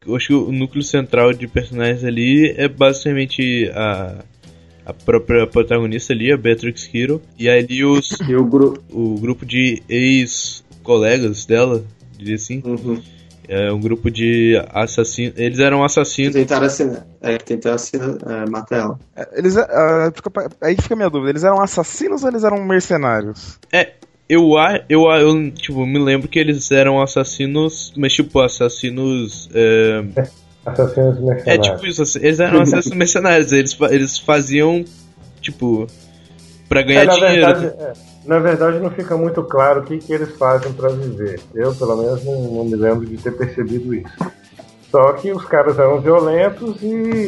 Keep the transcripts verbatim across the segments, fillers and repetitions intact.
eu acho que o núcleo central de personagens ali é basicamente a, a própria protagonista ali, a Beatrix Kiddo, e ali os, e o, gru... o grupo de ex-colegas dela, diria assim. Uhum. É um grupo de assassinos. Eles eram assassinos. Que tentaram assinar. É, que tentaram assinar, é, matar ela. Eles, uh, fica, aí fica a minha dúvida. Eles eram assassinos ou eles eram mercenários? É, eu, eu, eu tipo, me lembro que eles eram assassinos, mas tipo, assassinos. É, assassinos mercenários. É tipo isso, eles eram assassinos mercenários. Eles, eles faziam, tipo, pra ganhar é, na dinheiro. Verdade, é, na verdade, não fica muito claro o que, que eles fazem pra viver. Eu, pelo menos, não, não me lembro de ter percebido isso. Só que os caras eram violentos e.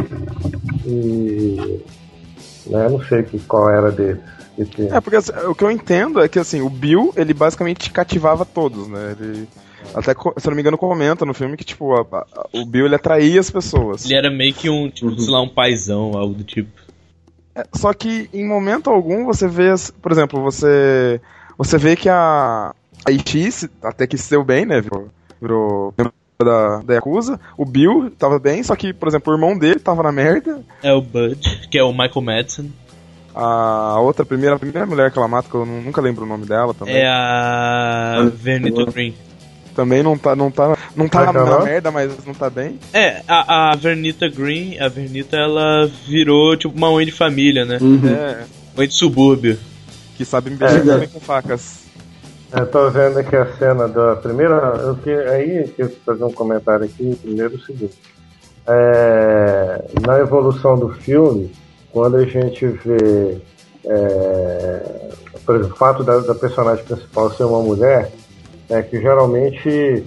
e né, não sei que, qual era deles. Que é, porque assim, o que eu entendo é que assim, o Bill, ele basicamente cativava todos, né? Ele. Até, se eu não me engano, comenta no filme que, tipo, a, a, o Bill, ele atraía as pessoas. Ele era meio que um, tipo, Uhum. sei lá, um paizão, algo do tipo. É, só que, em momento algum, você vê, por exemplo, você você vê que a a Ichi, até que se deu bem, né, virou, virou da, da Yakuza, o Bill tava bem, só que, por exemplo, o irmão dele tava na merda. É o Bud, que é o Michael Madsen. A outra, a primeira, a primeira mulher que ela mata, que eu nunca lembro o nome dela também. É a Vernita Green. Também não tá, não tá, não tá na, Mas na não? merda, mas não tá bem. É, a, a Vernita Green, a Vernita, ela virou tipo uma mãe de família, né? Uhum. É, Mãe de subúrbio. que sabe mexer É. também com facas. Eu tô vendo aqui a cena da primeira. Eu que, aí eu quero fazer um comentário aqui. Primeiro o seguinte. É, na evolução do filme, quando a gente vê é, por exemplo, o fato da, da personagem principal ser uma mulher, é que geralmente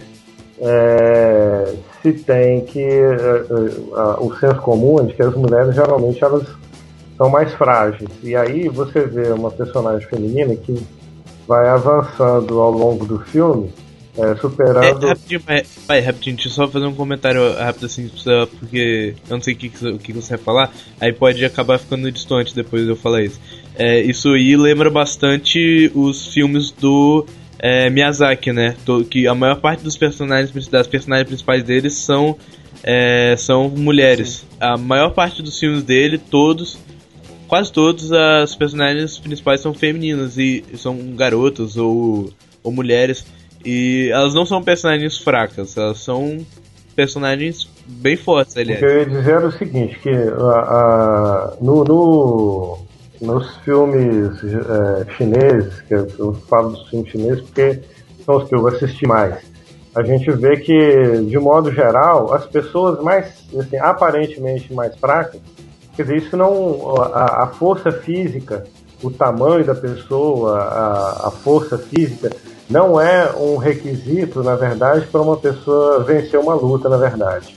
é, se tem que é, é, o senso comum é de que as mulheres geralmente elas são mais frágeis. E aí você vê uma personagem feminina que vai avançando ao longo do filme, é, superando... É, rapidinho, pai, pai, rapidinho, deixa eu só fazer um comentário rápido assim, porque eu não sei o que, o que você vai falar, aí pode acabar ficando distante depois de eu falar isso. É, isso aí lembra bastante os filmes do é, Miyazaki, né? Que a maior parte dos personagens, das personagens principais deles são, é, são mulheres. Sim. A maior parte dos filmes dele, todos... Quase todos as personagens principais são femininas e são garotas ou, ou mulheres. E elas não são personagens fracas, elas são personagens bem fortes, aliás. O que eu ia dizer era o seguinte, que a, a, no, no, nos filmes é, chineses, que eu falo dos filmes chineses porque são os que eu assisti mais, a gente vê que, de modo geral, as pessoas mais, assim, aparentemente mais fracas, quer dizer, isso não. A, a força física, o tamanho da pessoa, a, a força física, não é um requisito, na verdade, para uma pessoa vencer uma luta, na verdade.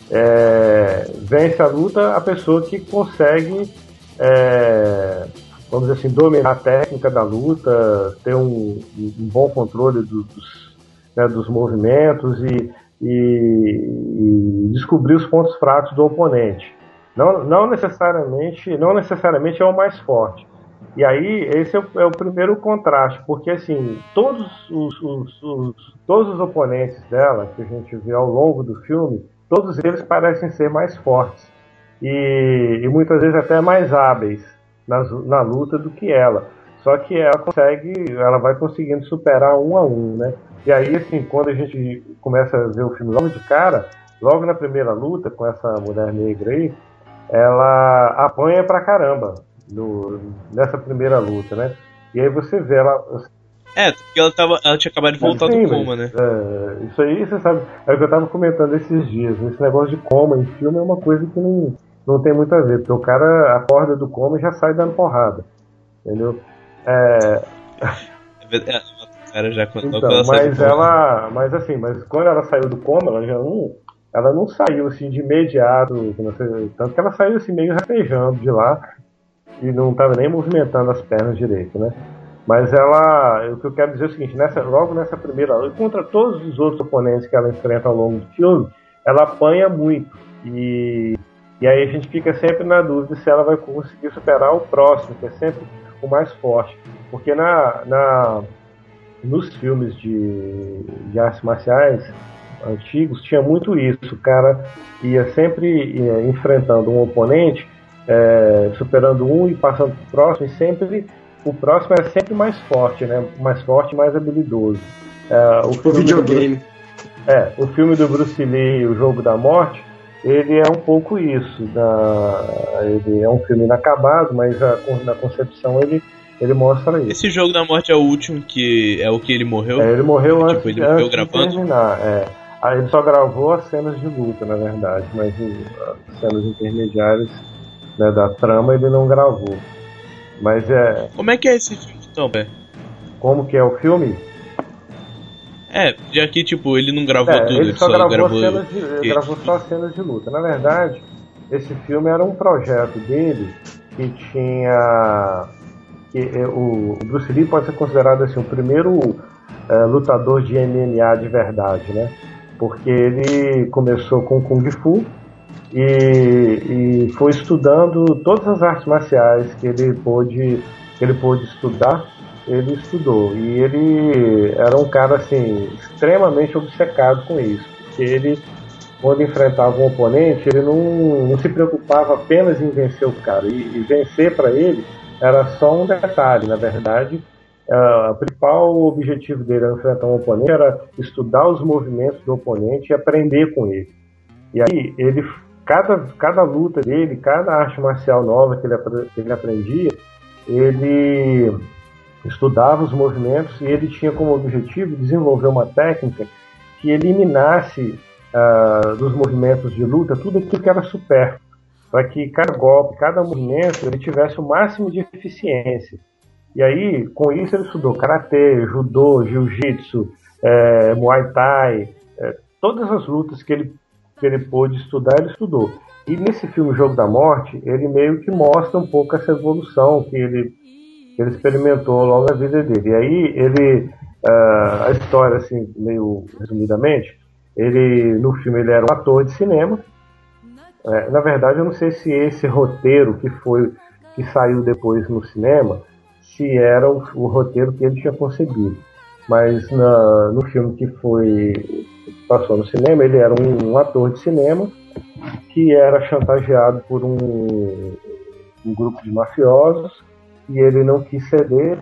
É, vence a luta a pessoa que consegue, é, vamos dizer assim, dominar a técnica da luta, ter um, um bom controle do, dos, né, dos movimentos e, e, e descobrir os pontos fracos do oponente. Não, não, necessariamente, não necessariamente é o mais forte. E aí, esse é o, é o primeiro contraste, porque assim, todos os, os, os, todos os oponentes dela, que a gente vê ao longo do filme, todos eles parecem ser mais fortes. E, e muitas vezes até mais hábeis nas, na luta do que ela. Só que ela consegue, ela vai conseguindo superar um a um, né? E aí, assim, quando a gente começa a ver o filme logo de cara, logo na primeira luta com essa mulher negra aí, ela apanha pra caramba no, nessa primeira luta, né? E aí você vê ela... É, porque ela, tava, ela tinha acabado de voltar Sim, do coma, né? É, isso aí, você sabe, é o que eu tava comentando esses dias. Esse negócio de coma em filme é uma coisa que não, não tem muito a ver, porque o cara acorda do coma e já sai dando porrada, entendeu? É... É, o cara já quando então, ela mas ela... Mas assim, mas quando ela saiu do coma, ela já não... Ela não saiu assim de imediato, tanto que ela saiu assim meio rapejando de lá e não estava nem movimentando as pernas direito, né? Mas ela, o que eu quero dizer é o seguinte, nessa, logo nessa primeira luta, contra todos os outros oponentes que ela enfrenta ao longo do filme, ela apanha muito e, e aí a gente fica sempre na dúvida se ela vai conseguir superar o próximo, que é sempre o mais forte, porque na, na, nos filmes de, de artes marciais antigos tinha muito isso. O cara ia sempre ia enfrentando um oponente, é, superando um e passando pro próximo, e sempre o próximo era sempre mais forte, né? Mais forte, mais habilidoso. É, o, o videogame. Do, é, o filme do Bruce Lee, O Jogo da Morte, ele é um pouco isso. Da, ele é um filme inacabado, mas a, na concepção ele, ele mostra isso. Esse Jogo da Morte é o último que é o que ele morreu? É, ele morreu tipo, antes, ele antes morreu de gravando? terminar. É. Aí ele só gravou as cenas de luta, na verdade, mas as cenas intermediárias, né, da trama ele não gravou. Mas é. Como é que é esse filme então, Pé? Como que é o filme? É, já que tipo, ele não gravou é, tudo, ele ele só, só gravou, gravou. Cenas de, ele gravou só as cenas de luta. Na verdade, esse filme era um projeto dele que tinha. Que, é, o, o Bruce Lee pode ser considerado assim, o primeiro é, lutador de M M A de verdade, né? Porque ele começou com Kung Fu e, e foi estudando todas as artes marciais que ele pôde, que ele pôde estudar, ele estudou. E ele era um cara assim, extremamente obcecado com isso, porque ele, quando enfrentava um oponente, ele não, não se preocupava apenas em vencer o cara, e, e vencer para ele era só um detalhe. Na verdade, Uh, o principal objetivo dele ao enfrentar um oponente era estudar os movimentos do oponente e aprender com ele. E aí, ele, cada, cada luta dele, cada arte marcial nova que ele, que ele aprendia, ele estudava os movimentos e ele tinha como objetivo desenvolver uma técnica que eliminasse uh, dos movimentos de luta tudo aquilo que era supérfluo, para que cada golpe, cada movimento, ele tivesse o máximo de eficiência. E aí, com isso, ele estudou karatê, judô, jiu-jitsu, é, muay thai, é, todas as lutas que ele, que ele pôde estudar, ele estudou. E nesse filme Jogo da Morte, ele meio que mostra um pouco essa evolução que ele, que ele experimentou ao longo da vida dele. E aí, ele, uh, a história, assim, meio resumidamente, ele, no filme ele era um ator de cinema. É, na verdade, eu não sei se esse roteiro que, foi, que saiu depois no cinema, se era o, o roteiro que ele tinha concebido. Mas na, no filme que foi passou no cinema, ele era um, um ator de cinema que era chantageado por um, um grupo de mafiosos e ele não quis ceder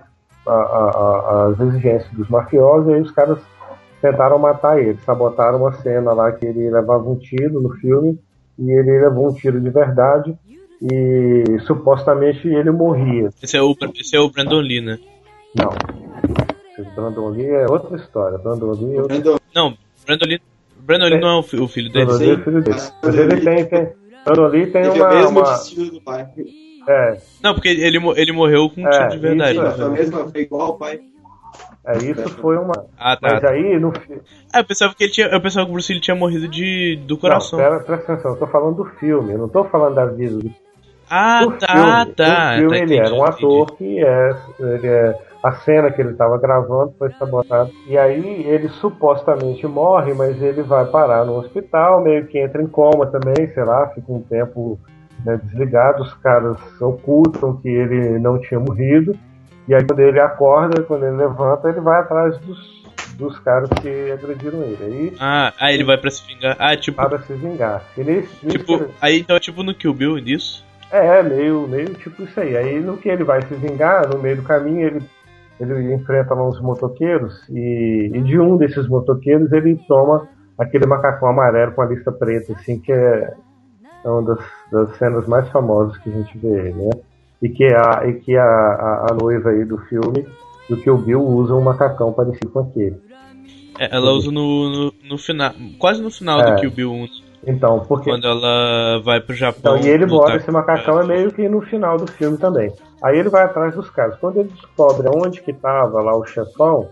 às exigências dos mafiosos, e aí os caras tentaram matar ele, sabotaram uma cena lá que ele levava um tiro no filme e ele levou um tiro de verdade e supostamente ele morria. Esse é o, esse é o Brandon Lee, né? Não. Esse Brandon Lee é outra história. Brandon Lee é outra... Não, Brandon Lee, Brandon Lee não é o, fi, o filho dele. Brandon Lee é o filho dele. Mas ele tem, tem... Brandon Lee tem uma... o mesmo uma... destino do pai. É. Não, porque ele, ele morreu com um é, tiro de verdade. Isso, é. A mesma, foi igual ao pai. É, isso foi uma... Ah, tá. Mas aí, no... Ah, eu pensava que ele tinha... Eu pensava que o Bruce Lee tinha morrido de, do coração. Não, pera, presta atenção. Eu tô falando do filme. Eu não tô falando da vida do... Ah, do tá, filme. tá. No filme tá, ele entendi, era um ator entendi. que é... Ele é... A cena que ele estava gravando foi sabotada. E aí ele supostamente morre, mas ele vai parar no hospital, meio que entra em coma também, sei lá, fica um tempo, né, desligado. Os caras ocultam que ele não tinha morrido. E aí quando ele acorda, quando ele levanta, ele vai atrás dos, dos caras que agrediram ele. Aí, Ah, aí ele vai pra se vingar. Ah, tipo... para se vingar. E nesse, Tipo, nesse... aí então é tipo no Kill Bill disso? É, meio, meio tipo isso aí. Aí no que ele vai se vingar, no meio do caminho, ele, ele enfrenta lá uns motoqueiros e, e de um desses motoqueiros ele toma aquele macacão amarelo com a lista preta, assim, que é, é uma das, das cenas mais famosas que a gente vê ele, né? E que, a, e que a, a, a noiva aí do filme, do Kill Bill, usa um macacão parecido com aquele. É, ela usa no, no, no final, quase no final É. do Kill Bill um, Então, porque... quando ela vai pro Japão. Então, e ele lutar bota esse macacão contra- é meio que no final do filme também. Aí ele vai atrás dos caras. Quando ele descobre onde que tava lá o chefão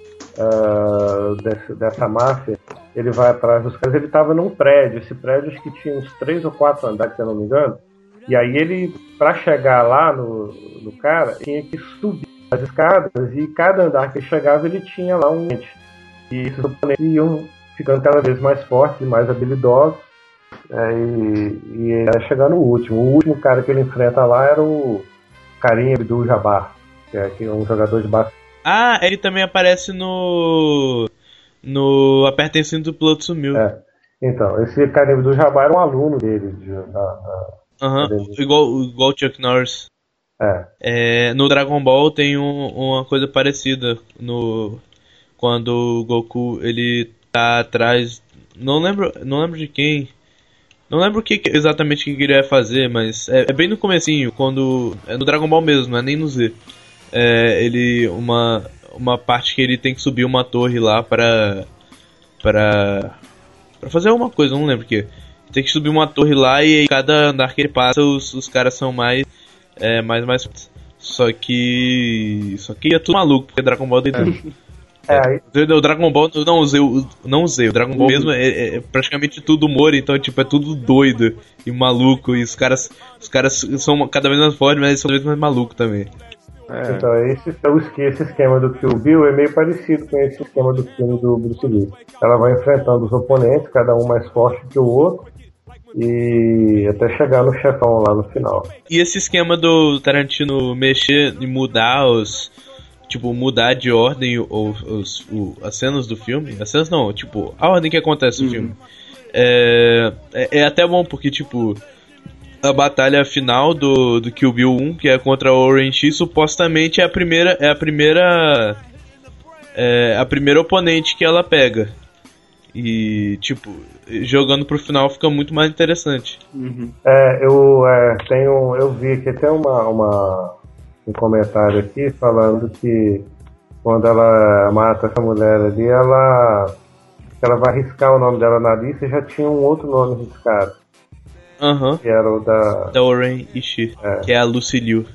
uh, desse, dessa máfia, ele vai atrás dos caras. Ele tava num prédio. Esse prédio acho que tinha uns três ou quatro andares, se eu não me engano. E aí ele, pra chegar lá no, no cara, tinha que subir as escadas. E cada andar que ele chegava, ele tinha lá um ente. E esses oponentes iam ficando cada vez mais fortes e mais habilidosos. É, e, e ele vai chegar no último. O último cara que ele enfrenta lá era o Karim Abdul-Jabbar, que é, que é um jogador de basquete. Ah, ele também aparece no. No Apertem o Cinto, o piloto sumiu. É. Então, esse Carimbo do Jabá era um aluno dele. De, da, da, Aham, da- igual, igual o Chuck Norris. É. É, no Dragon Ball tem um- uma coisa parecida. No, quando o Goku ele tá atrás. Não lembro, não lembro de quem. Não lembro o que que- exatamente o que que ele ia fazer, mas é, é bem no comecinho, quando. É no Dragon Ball mesmo, não é nem no Z. É, ele. Uma, uma parte que ele tem que subir uma torre lá para para para fazer alguma coisa, não lembro o que. Tem que subir uma torre lá e aí cada andar que ele passa os, os caras são mais é, mais mais fortes. Só que só que é tudo maluco porque Dragon Ball tem tudo. É, aí, O Dragon Ball eu não usei, o- não usei. O Dragon Ball mesmo é, é- é praticamente tudo humor, então tipo é tudo doido e maluco e os caras os caras são cada vez mais fortes, mas eles são cada vez mais malucos também. É. então, esse, então, esse esse esquema do Kill Bill é meio parecido com esse esquema do filme do Bruce Lee. Ela vai enfrentando os oponentes, cada um mais forte que o outro, e até chegar no chefão lá no final. E esse esquema do Tarantino mexer e mudar os. Tipo, mudar de ordem os, os, o- as cenas do filme. As cenas não, tipo, a ordem que acontece no filme. É, é, é até bom, porque, tipo, a batalha final do, do Kill Bill um, que é contra o Orange X, supostamente é a primeira. É a primeira. É a primeira oponente que ela pega. E, tipo, jogando pro final fica muito mais interessante. Uhum. É, eu é, tenho, eu vi que tem uma, uma um comentário aqui falando que quando ela mata essa mulher ali, ela ela vai riscar o nome dela na lista e já tinha um outro nome riscado, Aham. que era o da. Da Oren Ishii, É. que é a Lucy Liu.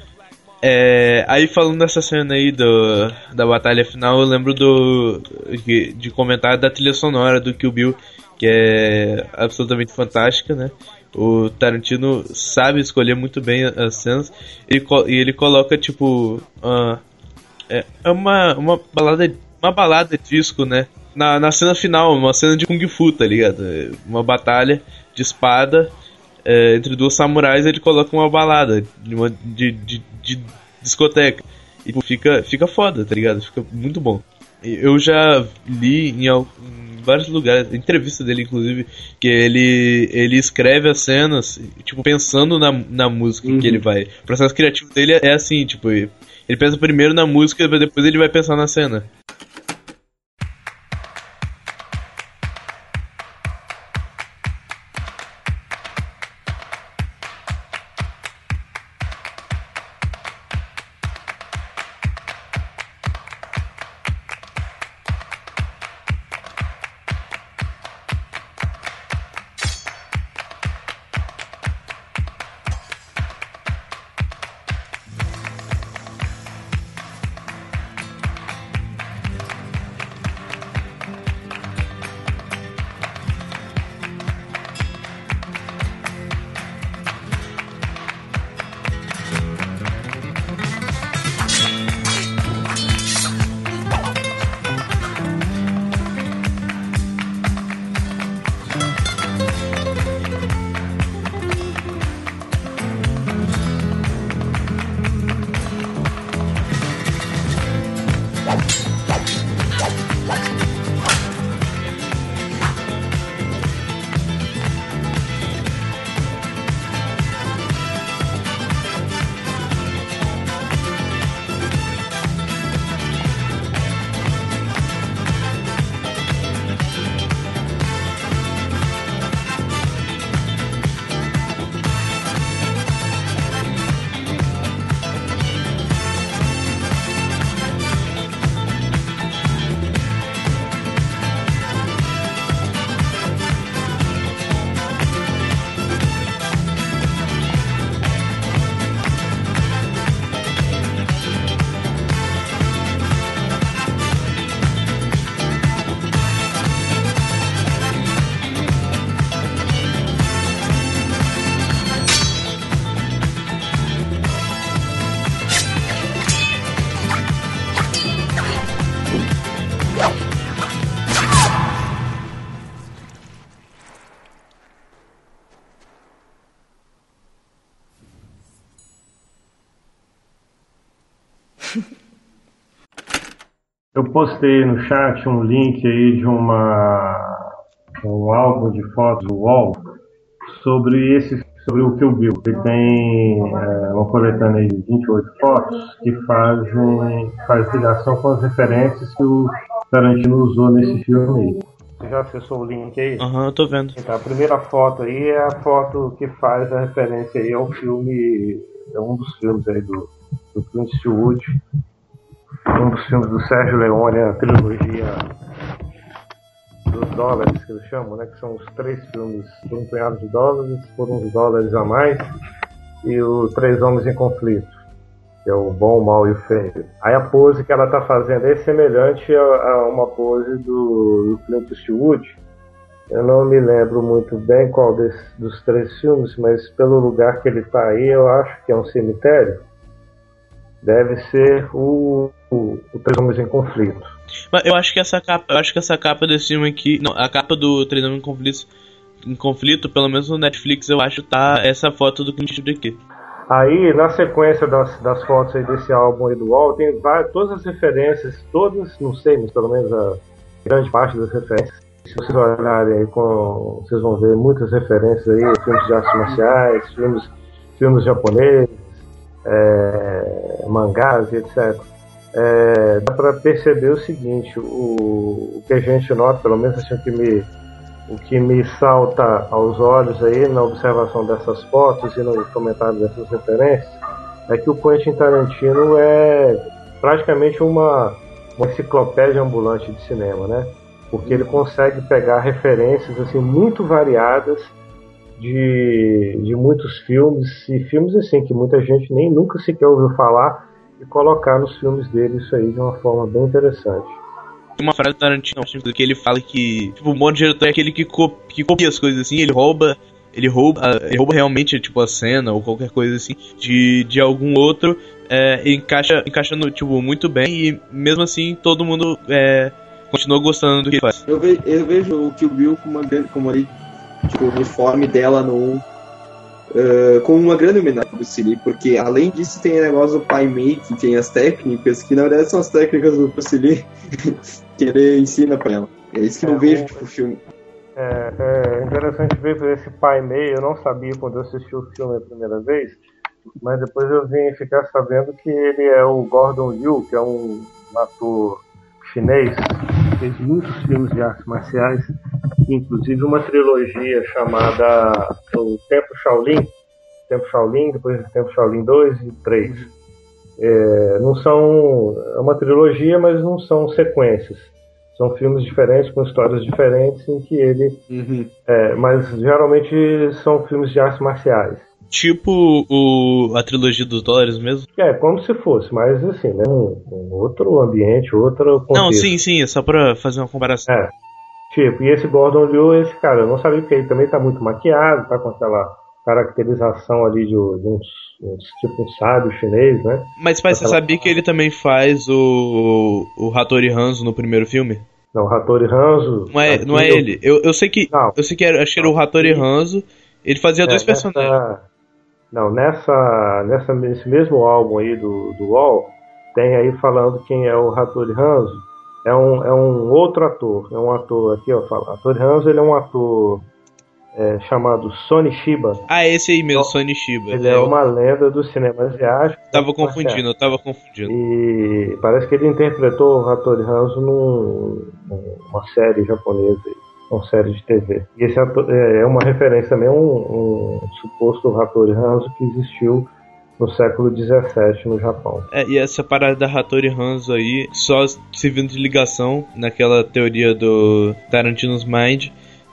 É, aí falando dessa cena aí do, da batalha final, eu lembro do de, de comentar da trilha sonora do Kill Bill, que é absolutamente fantástica, né? O Tarantino sabe escolher muito bem as cenas e, co- e ele coloca tipo ah, é, é uma, uma balada uma balada disco, né? Na, na cena final, uma cena de Kung Fu, tá ligado? É uma batalha de espada é, entre duas samurais, ele coloca uma balada de, uma, de, de, de discoteca. E tipo, fica, fica foda, tá ligado? Fica muito bom. E eu já li em, al- em vários lugares, entrevista dele inclusive, que ele, ele escreve as cenas, tipo, pensando na, na música Uhum. que ele vai. O processo criativo dele é assim, tipo, ele pensa primeiro na música, depois ele vai pensar na cena. Eu postei no chat um link aí de uma um álbum de fotos do Wall sobre esse sobre o Kill Bill. Ele tem é, uma coletânea de vinte e oito fotos que fazem faz ligação com as referências que o Tarantino usou nesse filme aí. Você já acessou o link aí? Aham, uhum, eu tô vendo. Então, a primeira foto aí é a foto que faz a referência aí ao filme, é um dos filmes aí do, do Clint Eastwood, um dos filmes do Sérgio Leone, a trilogia dos dólares, que eles chamam, né? Que são os três filmes por um punhado de dólares, por uns dólares a mais, e o Três Homens em Conflito, que é o bom, o mal e o feio. Aí a pose que ela tá fazendo é semelhante a, a uma pose do, do Clint Eastwood. Eu não me lembro muito bem qual desse, dos três filmes, mas pelo lugar que ele tá aí, eu acho que é um cemitério. Deve ser o, o, o Três Homens em Conflito. Mas eu acho que essa capa, eu acho que essa capa desse filme aqui, não, a capa do Três Homens em Conflito, em conflito, pelo menos no Netflix, eu acho tá essa foto do Clint Eastwood aqui. Aí, na sequência das, das fotos aí desse álbum aí do Wall, tem várias, todas as referências, todas, não sei, mas pelo menos a grande parte das referências. Se vocês olharem aí, com, vocês vão ver muitas referências aí, filmes de artes marciais, filmes, filmes japoneses, é, mangás e etcétera. É, dá para perceber o seguinte, o, o que a gente nota, pelo menos assim, o que me... O que me salta aos olhos aí na observação dessas fotos e no comentário dessas referências é que o Quentin Tarantino é praticamente uma, uma enciclopédia ambulante de cinema, né? Porque ele consegue pegar referências assim muito variadas de, de muitos filmes e filmes assim que muita gente nem nunca sequer ouviu falar e colocar nos filmes dele isso aí de uma forma bem interessante. Uma frase do Tarantino que ele fala que tipo, o bom diretor é aquele que, co- que copia as coisas assim, ele rouba, ele rouba, ele rouba realmente tipo a cena ou qualquer coisa assim de, de algum outro, é, e encaixa, encaixa no, tipo, muito bem e mesmo assim todo mundo é, continua gostando do que ele faz. Eu, ve- eu vejo o Kill Bill como uma grande, como ali, tipo, o uniforme dela no Uh, com uma grande homenagem ao Bruce Lee, porque além disso tem o negócio do Pai Mei, que tem as técnicas, que na verdade são as técnicas do Bruce Lee que ele ensina pra ela. É isso que eu é, não vejo, tipo, o filme. É, é interessante ver por esse Pai Mei, eu não sabia quando eu assisti o filme a primeira vez, mas depois eu vim ficar sabendo que ele é o Gordon Liu, que é um ator chinês, que fez muitos filmes de artes marciais, inclusive uma trilogia chamada O Tempo Shaolin, Tempo Shaolin, depois do Tempo Shaolin dois e três. É, não são, é uma trilogia, mas não são sequências. São filmes diferentes, com histórias diferentes, em que ele... Uhum. É, mas geralmente são filmes de artes marciais. Tipo o, a trilogia dos dólares mesmo? É, como se fosse, mas assim, né? Um, um outro ambiente, outro contexto. Não, sim, sim, é só pra fazer uma comparação. É. Tipo, e esse Gordon Liu, esse cara, eu não sabia porque ele também tá muito maquiado, tá com aquela caracterização ali de, de uns, uns, tipo um sábio chinês, né? Mas, pai, você sabia que ele também faz o, o Hattori Hanzo no primeiro filme? Não, o Hattori Hanzo... Não é, não é eu... ele. Eu, eu sei que, não. eu sei que era, acho que era o Hattori Hanzo, ele fazia é, dois nessa, personagens. Não, nessa, nessa, nesse mesmo álbum aí do, do Wall, tem aí falando quem é o Hattori Hanzo. É um, é um outro ator, é um ator aqui, ó, fala. Hattori Hanzo, ele é um ator é, chamado Sonny Chiba. Ah, esse aí mesmo, Sonny Chiba. Ele é, é uma lenda do cinema asiático. Tava confundindo, eu tava confundindo. E parece que ele interpretou o Hattori Hanzo num, numa série japonesa, uma série de T V. E esse ator, é uma referência também a um, um suposto Hattori Hanzo que existiu no século dezessete no Japão. É, e essa parada da Hattori Hanzo aí, só servindo de ligação naquela teoria do Tarantino's Mind,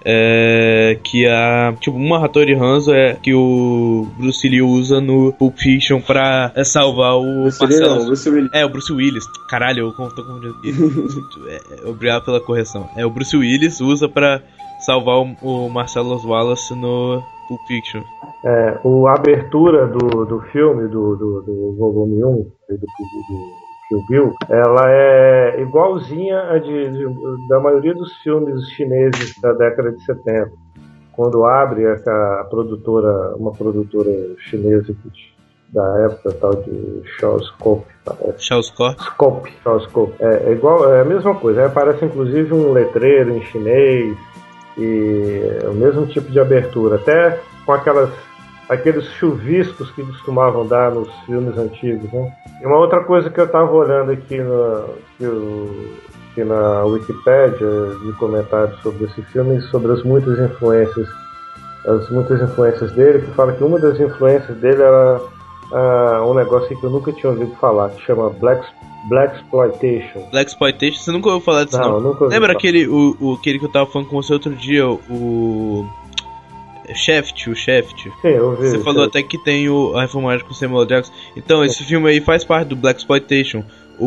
é, que a tipo uma Hattori Hanzo é que o Bruce Lee usa no Pulp Fiction pra é, salvar o Bruce Marcelo. Lee, não, Bruce Willis. É, o Bruce Willis. Caralho, eu tô confundindo. é, obrigado pela correção. É, o Bruce Willis usa pra salvar o, o Marcelo Wallace no Pulp Fiction. É, o, a abertura do, do filme, do, do, do volume um, do, do, do Kill Bill, ela é igualzinha a de, de, da maioria dos filmes chineses da década de setenta. Quando abre a, a produtora, uma produtora chinesa que da época, tal de Shawscope, parece. Shawscope? Scope, Shawscope. É, é igual, é a mesma coisa. Aí aparece inclusive um letreiro em chinês e é o mesmo tipo de abertura, até com aquelas aqueles chuviscos que costumavam dar nos filmes antigos, né? E uma outra coisa que eu estava olhando aqui, no, que eu, aqui na Wikipédia de comentários sobre esse filme, sobre as muitas influências, as muitas influências dele, que fala que uma das influências dele era uh, um negócio que eu nunca tinha ouvido falar, que chama Black Blaxploitation. Blaxploitation? Você nunca ouviu falar disso, não? Não, nunca ouvi Lembra falar. aquele, o, o, aquele que eu tava falando com você outro dia, o... Shaft, o Shaft. Sim, eu vi. Você falou até que tem o, a refilmagem com o Samuel Jackson. Então, esse filme aí faz parte do Blaxploitation.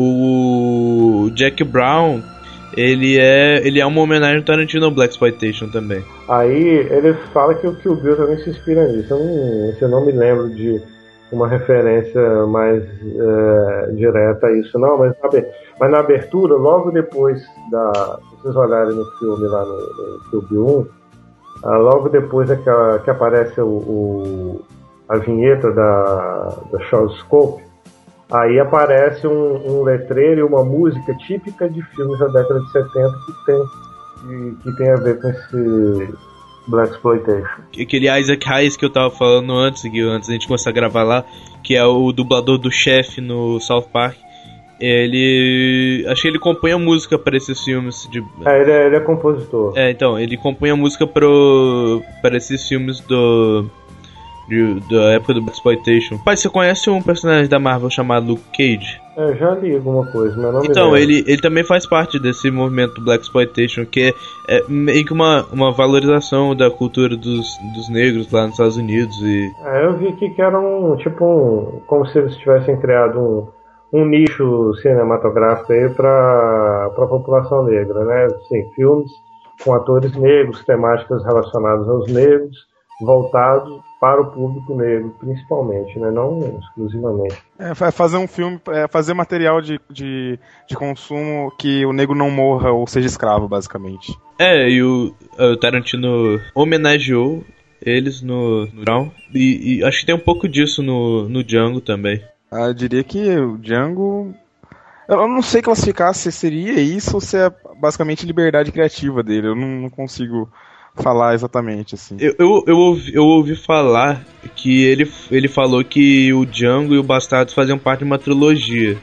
O Jack Brown, ele é, ele é uma homenagem ao Tarantino ao Blaxploitation também. Aí ele fala que o Kill Bill também se inspira nisso. Eu não, eu não me lembro de uma referência mais é, direta a isso, não. Mas, sabe, mas na abertura, logo depois da... Se vocês olharem no filme lá no, no Kill Bill um, ah, logo depois é que, a, que aparece o, o, a vinheta da, da Shawscope, aí aparece um, um letreiro e uma música típica de filmes da década de setenta que tem, que, que tem a ver com esse Blaxploitation. Aquele Isaac Hayes que eu tava falando antes, que antes da gente começar a gravar lá, que é o dublador do chefe no South Park. Ele... Acho que ele compõe a música para esses filmes de... É, ele é, ele é compositor. É, então, ele compõe a música pro... para esses filmes do... De, da época do Blaxploitation. Pai, você conhece um personagem da Marvel chamado Luke Cage? É, já li alguma coisa, mas não me Então, lembro. ele, ele também faz parte desse movimento Blaxploitation, que é, é meio que uma, uma valorização da cultura dos, dos negros lá nos Estados Unidos e... É, eu vi aqui que era um, tipo um... como se eles tivessem criado um... um nicho cinematográfico aí para a população negra, né? Sim, filmes com atores negros, temáticas relacionadas aos negros, voltados para o público negro, principalmente, né? Não exclusivamente. É, fazer um filme, é, fazer material de, de, de consumo que o negro não morra ou seja escravo, basicamente. É, e o, o Tarantino homenageou eles no, no Brown, e, e acho que tem um pouco disso no, no Django também. Ah, eu diria que o Django... Eu não sei classificar se seria isso ou se é basicamente liberdade criativa dele. Eu não, não consigo falar exatamente, assim. Eu, eu, eu, ouvi, eu ouvi falar que ele, ele falou que o Django e o Bastardos faziam parte de uma trilogia.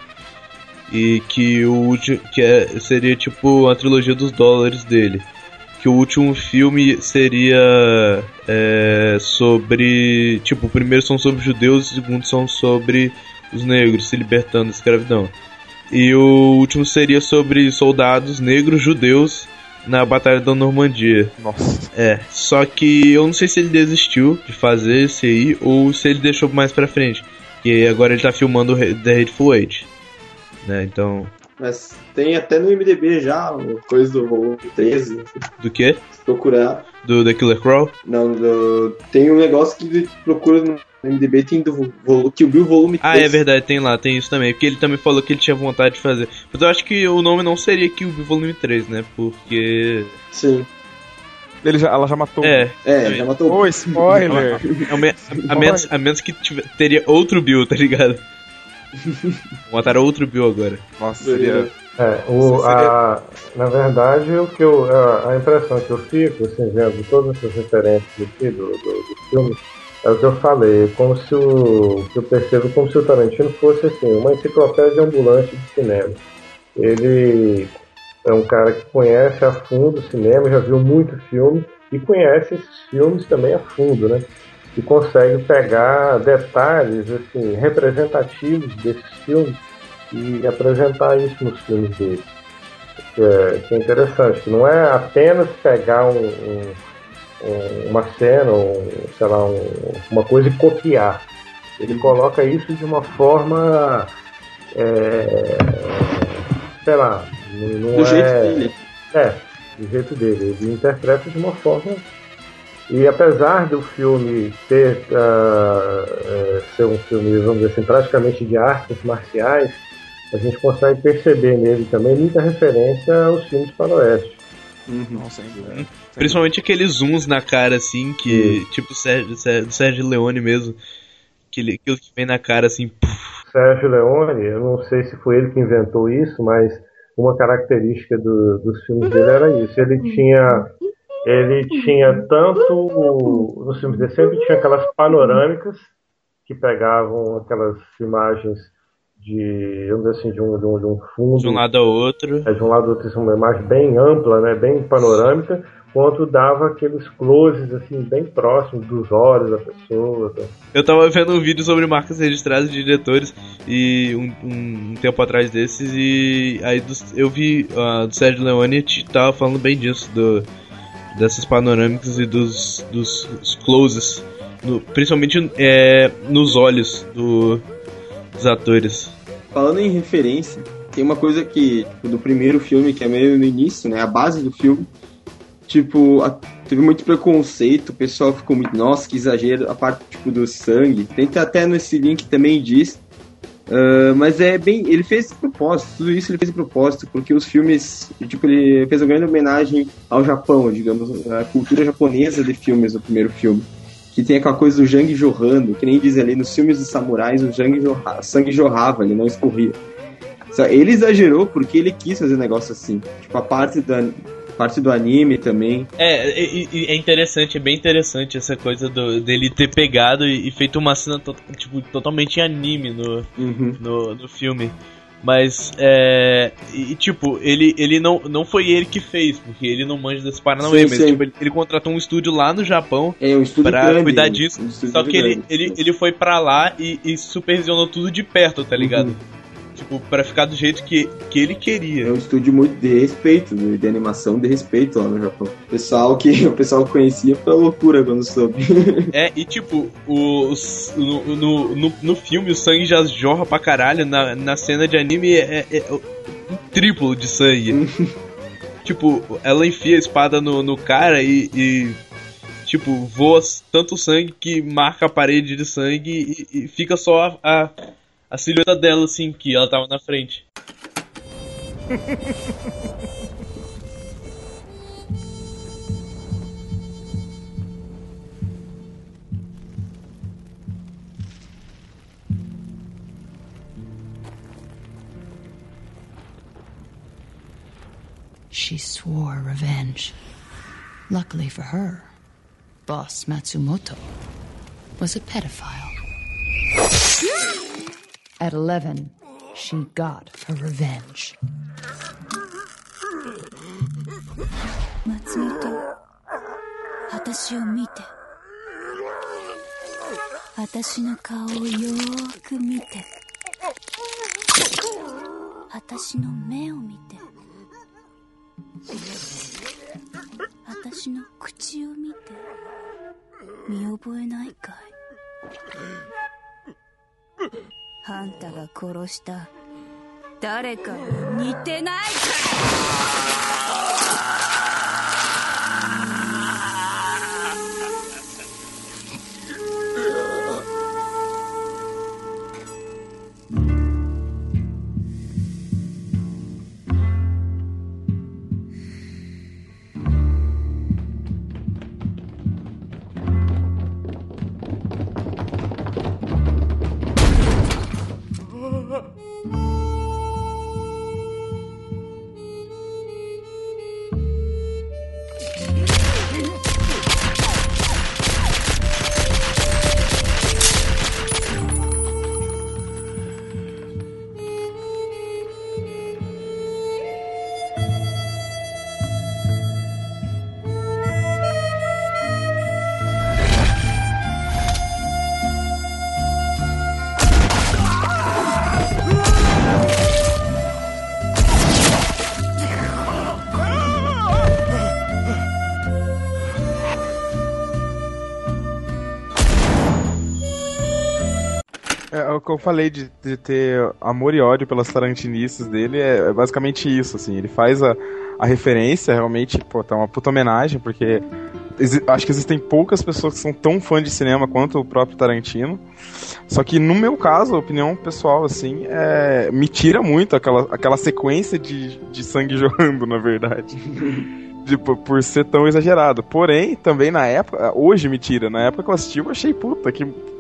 E que o último... Que é, seria tipo a trilogia dos dólares dele. Que o último filme seria é, sobre... Tipo, o primeiro são sobre judeus, o segundo são sobre... os negros se libertando da escravidão. E o último seria sobre soldados negros judeus na Batalha da Normandia. Nossa. É, só que eu não sei se ele desistiu de fazer esse aí ou se ele deixou mais pra frente. Porque agora ele tá filmando The Hateful Eight, né, então... Mas tem até no I M D B já, coisa do volume treze. Do quê? Se procurar. Do The Killer Crow? Não, do... tem um negócio que procura no I M D B, tem do volume, Kill Bill volume três. Ah, é verdade, tem lá, tem isso também. Porque ele também falou que ele tinha vontade de fazer. Mas eu acho que o nome não seria Kill Bill volume três, né? Porque... Sim. Ele já, ela já matou. É. É, já matou. Ô, spoiler! A, me- a menos, a menos que tiver, teria outro Bill, tá ligado? Mataram outro Bill agora. Nossa, seria... É, o, a, na verdade, o que eu, a, a impressão que eu fico, assim, vendo todas essas referências aqui do, do, do filme, é o que eu falei, como se o que eu percebo como se o Tarantino fosse assim, uma enciclopédia ambulante de cinema. Ele é um cara que conhece a fundo o cinema, já viu muito filme e conhece esses filmes também a fundo, né? E consegue pegar detalhes assim, representativos desses filmes e apresentar isso nos filmes dele. Que é, que é interessante, que não é apenas pegar um, um, um, uma cena, um, sei lá, um, uma coisa e copiar. Ele coloca isso de uma forma, é, sei lá, não Do é, jeito dele. É, do jeito dele. Ele interpreta de uma forma... E apesar do filme ter, uh, uh, ser um filme, vamos dizer assim, praticamente de artes marciais, a gente consegue perceber nele também muita referência aos filmes faroeste. Uhum. Não, sem dúvida. Principalmente aqueles zooms na cara, assim, que... Tipo o Sérgio, Sérgio Leone mesmo. Que aquele, aquilo que vem na cara assim. Puf. Sérgio Leone, eu não sei se foi ele que inventou isso, mas uma característica do, dos filmes dele era isso. Ele tinha, ele tinha tanto, nos filmes dele sempre tinha aquelas panorâmicas que pegavam aquelas imagens de, vamos dizer assim, de um, de um, de um fundo. De um lado ao outro. É, de um lado ao outro, uma imagem bem ampla, né, bem panorâmica, quanto dava aqueles closes assim, bem próximos dos olhos da pessoa. Tá? Eu tava vendo um vídeo sobre marcas registradas de diretores e um, um, um tempo atrás desses, e aí dos, eu vi uh, do Sérgio Leone tava falando bem disso, do, dessas panorâmicas e dos, dos, dos closes, no, principalmente é, nos olhos do, dos atores. Falando em referência, tem uma coisa que do primeiro filme, que é meio no início, né, a base do filme. Tipo, a, teve muito preconceito, o pessoal ficou muito, nossa, que exagero, a parte, tipo, do sangue. Tem até nesse link também diz, uh, mas é bem, ele fez de propósito, tudo isso ele fez de propósito, porque os filmes, tipo, ele fez uma grande homenagem ao Japão, digamos, a cultura japonesa de filmes, no primeiro filme. Que tem aquela coisa do sangue jorrando, que nem diz ali, nos filmes dos samurais, o sangue jorrava, sangue jorrava, ele não escorria. Ele exagerou porque ele quis fazer um negócio assim, tipo, a parte da... parte do anime também. É, é, é interessante, é bem interessante essa coisa do, dele ter pegado e, e feito uma cena to, tipo, totalmente em anime no, uhum. no, no filme. Mas, é... E, tipo, ele, ele não, não foi ele que fez, porque ele não manja desse Paranauê, mas tipo, ele, ele contratou um estúdio lá no Japão é, um estúdio pra grande, cuidar disso. Um só que grande, ele, ele, ele foi pra lá e, e supervisionou tudo de perto, tá ligado? Uhum. Tipo, pra ficar do jeito que, que ele queria. É um estúdio muito de respeito, de, de animação de respeito lá no Japão. O pessoal que o pessoal conhecia foi loucura quando soube. É, e tipo, o, o, no, no, no filme o sangue já jorra pra caralho. Na, na cena de anime é, é, é um triplo de sangue. Tipo, ela enfia a espada no, no cara e, e tipo, voa tanto sangue que marca a parede de sangue e, e fica só a, a A silhueta dela, assim, que ela tava na frente. She swore revenge. Luckily for her, Boss Matsumoto was a pedophile. At eleven, she got her revenge. Matsumoto, 私を見て。私の顔をよーく見て。私の目を見て。私の口を見て。見覚えないかい？あんたが殺した誰かに似てないか É, o que eu falei de, de ter amor e ódio pelas tarantinices dele é, é basicamente isso, assim. Ele faz a, a referência, realmente, pô, tá uma puta homenagem, porque exi- acho que existem poucas pessoas que são tão fãs de cinema quanto o próprio Tarantino. Só que, no meu caso, a opinião pessoal, assim, é, me tira muito aquela, aquela sequência de, de sangue jorrando, na verdade. Tipo, por ser tão exagerado. Porém, também na época, hoje me tira, na época que eu assisti, eu achei, puta, que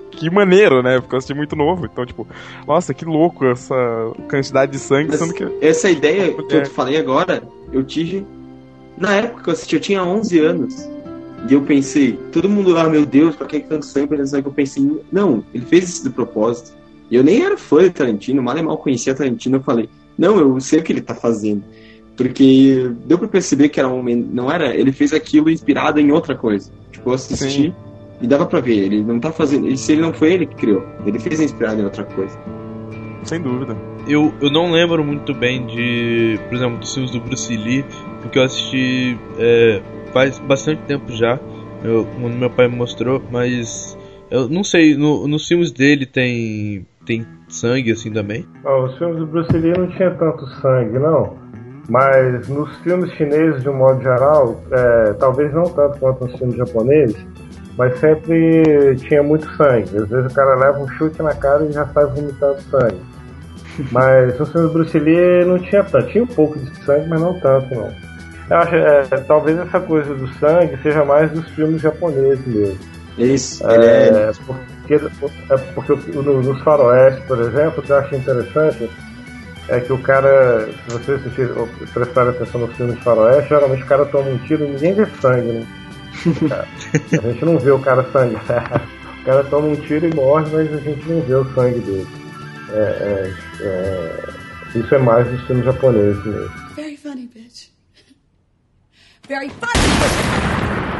que maneiro, né? Porque eu assisti muito novo. Então, tipo, nossa, que louco essa quantidade de sangue. Mas Sendo que... essa ideia que eu te falei agora, eu tive... Na época que eu assisti, eu tinha onze anos. E eu pensei, todo mundo, ah, meu Deus, pra que tanto sangue? Pra sangue? Eu pensei, não, ele fez isso de propósito. E eu nem era fã de Tarantino, mal e mal conhecia Tarantino. Eu falei, não, eu sei o que ele tá fazendo. Porque deu pra perceber que era um, não era, ele fez aquilo inspirado em outra coisa. Tipo, eu assisti Sim. e dava pra ver, ele não tá fazendo, se ele não foi ele que criou, ele fez inspirado em outra coisa. Sem dúvida. Eu, eu não lembro muito bem de, por exemplo, dos filmes do Bruce Lee, porque eu assisti é, faz bastante tempo já, eu, quando meu pai me mostrou, mas eu não sei, no, nos filmes dele tem, tem sangue assim também? Oh, os filmes do Bruce Lee não tinha tanto sangue, não. Mas nos filmes chineses, de um modo geral, é, talvez não tanto quanto nos filmes japoneses, mas sempre tinha muito sangue. Às vezes o cara leva um chute na cara e já sai vomitando sangue. Mas nos filmes do Bruce Lee não tinha tanto. Tinha um pouco de sangue, mas não tanto, não. Eu acho é, talvez essa coisa do sangue seja mais dos filmes japoneses mesmo. Isso, é, é... Porque, é porque nos faroeste, por exemplo, o que eu acho interessante é que o cara, se você assistir, prestar atenção nos filmes de faroeste, geralmente o cara toma um tiro e ninguém vê sangue, né? A gente não vê o cara sangrar. O cara toma um tiro e morre, mas a gente não vê o sangue dele. É, é, é, isso é mais dos filmes japoneses mesmo. Very funny, bitch. Very funny!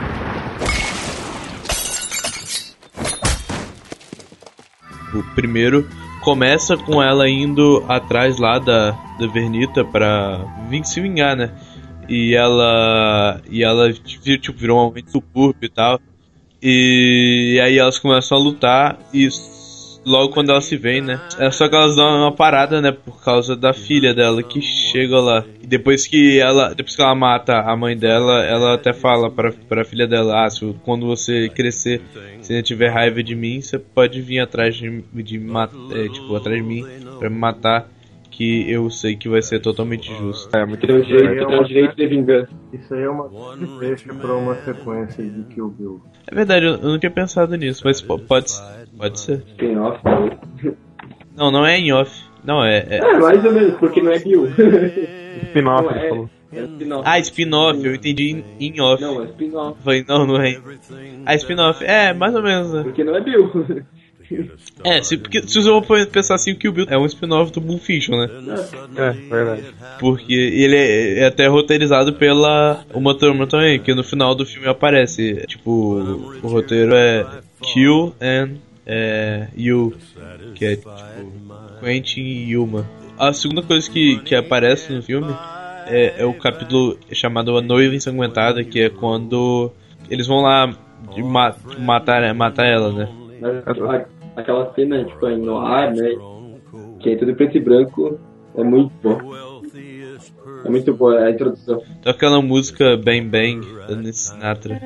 O primeiro começa com ela indo atrás lá da, da Vernita pra vir se vingar, né? E ela, e ela tipo, virou um homem subúrbio e tal. E aí elas começam a lutar e logo quando elas se veem, né? É só que elas dão uma parada, né? Por causa da filha dela que chega lá. E depois que ela, depois que ela mata a mãe dela, ela até fala pra, pra filha dela: ah, se, quando você crescer, se ainda tiver raiva de mim, você pode vir atrás de, de é, tipo, atrás de mim pra me matar, que eu sei que vai ser totalmente justo. É, muito tem direito, tem direito de vingança. Isso aí é uma deixa pra uma sequência de Kill Bill. É verdade, eu, eu não tinha pensado nisso, mas pode, pode ser. Spin-off. Não, não é em off. Não, é... É, é mais ou menos, porque não é Bill. Spin-off, não, ele é, falou. É spin-off. Ah, spin-off, eu entendi em, em off. Não, é spin-off. Falei, não, não é. Ah, spin-off, é, mais ou menos, né? Porque não é Bill. É, se, porque, se você for pensar assim, o Kill Bill é um spin-off do Pulp Fiction, né? É, verdade. Porque ele é, é até roteirizado pela Uma Turma também, que no final do filme aparece. Tipo, o roteiro é Kill and é, You, que é tipo Quentin e Yuma. A segunda coisa que, que aparece no filme é, é o capítulo chamado A Noiva Ensanguentada, que é quando eles vão lá de ma- matar, matar ela, né? Aquela cena, tipo, em noir, né? Que é tudo preto e branco. É muito bom. É muito boa a introdução. Toca aquela música Bang Bang da Nancy Sinatra.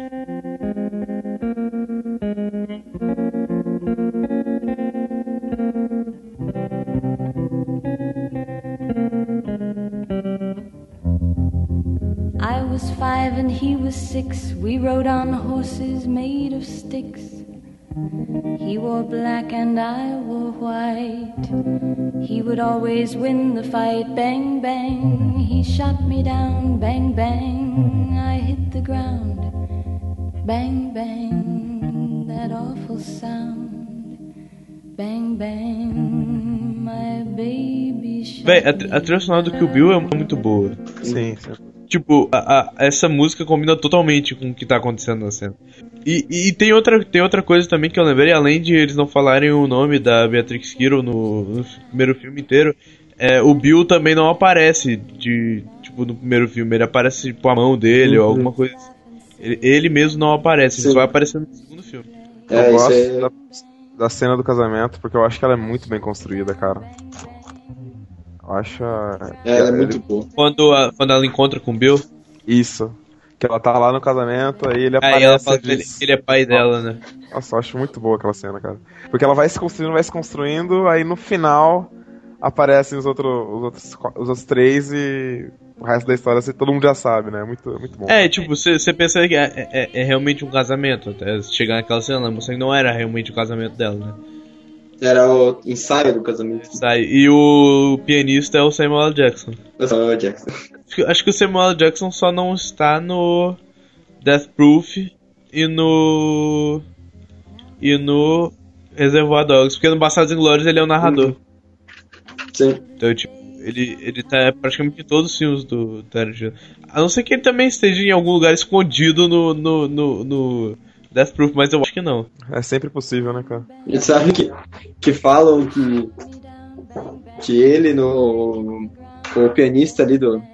I was five and he was six. We rode on horses made of sticks. He wore black and I wore white. He would always win the fight. Bang, bang, he shot me down. Bang, bang, I hit the ground. Bang, bang, that awful sound. Bang, bang, my baby shot. Véi, a, a trilha sonora do Kill Bill é muito boa. Sim, sim. Tipo, a, a, essa música combina totalmente com o que tá acontecendo na cena. E, e, e tem, outra, tem outra coisa também que eu lembrei, além de eles não falarem o nome da Beatrix Kiddo no, no primeiro filme inteiro, é, o Bill também não aparece de, tipo, no primeiro filme, ele aparece tipo a mão dele uhum. ou alguma coisa assim. Ele, ele mesmo não aparece, Sim. ele só vai aparecer no segundo filme. É, eu gosto é... da, da cena do casamento, porque eu acho que ela é muito bem construída, cara. Eu acho. É, ela é muito boa. Quando, a, quando ela encontra com o Bill? Isso. Que ela tá lá no casamento, aí ele aparece. Aí ela fala que ele, ele é pai dela, né? Nossa, eu acho muito boa aquela cena, cara. Porque ela vai se construindo, vai se construindo, aí no final aparecem os, outro, os, outros, os outros três e. o resto da história assim, todo mundo já sabe, né? Muito, muito bom. É, tipo, você pensa que é, é, é realmente um casamento, até chegar naquela cena, mas não era realmente o casamento dela, né? Era o ensaio do casamento. Sai. E o pianista é o Samuel L. Jackson. O Samuel Jackson. Acho que o Samuel L. Jackson só não está no Death Proof e no... E no Reservoir Dogs, porque no Bastardos Inglórios ele é o narrador. Uhum. Sim. Então, tipo, ele, ele tá praticamente em todos os filmes do Tarantino. A não ser que ele também esteja em algum lugar escondido no, no, no, no Death Proof, mas eu acho que não. É sempre possível, né, cara? E sabe que, que falam que, que ele, no, o pianista ali do,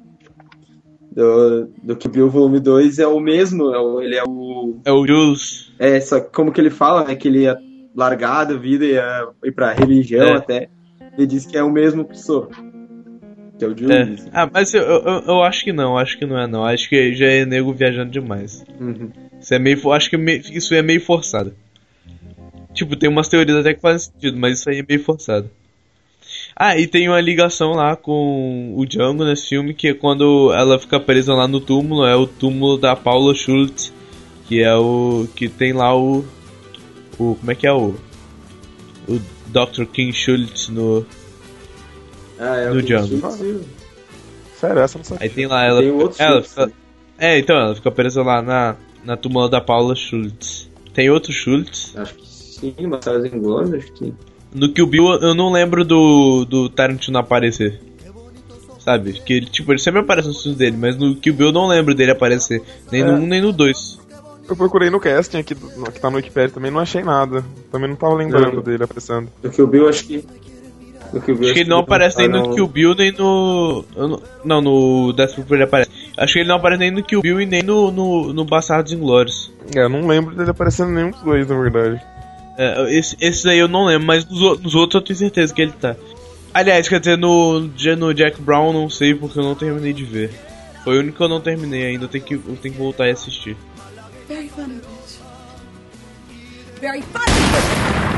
do, do Kill Bill Volume dois é o mesmo, é o, ele é o... É o Jules. É, só como que ele fala, né, que ele ia largar da vida e ia ir pra religião É. até. Ele diz que é o mesmo que sou. Que é o É. Jules. Ah, mas eu, eu, eu acho que não, acho que não é não. Acho que já é nego viajando demais. Uhum. Isso é meio, acho que me- isso é meio forçado. Tipo, tem umas teorias até que fazem sentido, mas isso aí é meio forçado. Ah, e tem uma ligação lá com o Django nesse filme, que é quando ela fica presa lá no túmulo, é o túmulo da Paula Schultz, que é o que tem lá o o como é que é o o doutor King Schultz no Ah, é Do o Django. Schultz. Sério, essa eu não sabia. aí tem lá ela, Tem outros ela Schultz, fica, né? é, então ela fica presa lá na na túmula da Paula Schultz. Tem outro Schultz. Acho que sim, Bastardos Inglórios, acho que sim. No Kill Bill eu não lembro do do Tarantino aparecer. Sabe? Que ele, tipo, ele sempre aparece nos filmes dele, mas no Kill Bill eu não lembro dele aparecer. Nem É. no um, nem no dois. Eu procurei no casting aqui, do- no- que tá no Wikipedia, também não achei nada. Também não tava lembrando Não. dele aparecendo. Do Kill Bill, acho que... Do Kill Bill, Acho que ele não aparece nem no não- Kill Bill, nem no... eu não- Não, no Death Proof ele aparece. Acho que ele não aparece nem no Kill Bill e nem no, no, no Bastardos Inglórios. É, eu não lembro dele aparecendo em nenhum dos dois, na verdade. É, esse, esse aí eu não lembro, mas nos, o- nos outros eu tenho certeza que ele tá. Aliás, quer dizer, no, no Jack Brown eu não sei porque eu não terminei de ver. Foi o único que eu não terminei ainda, eu tenho que, eu tenho que voltar e assistir. Very funny, bitch. Very funny!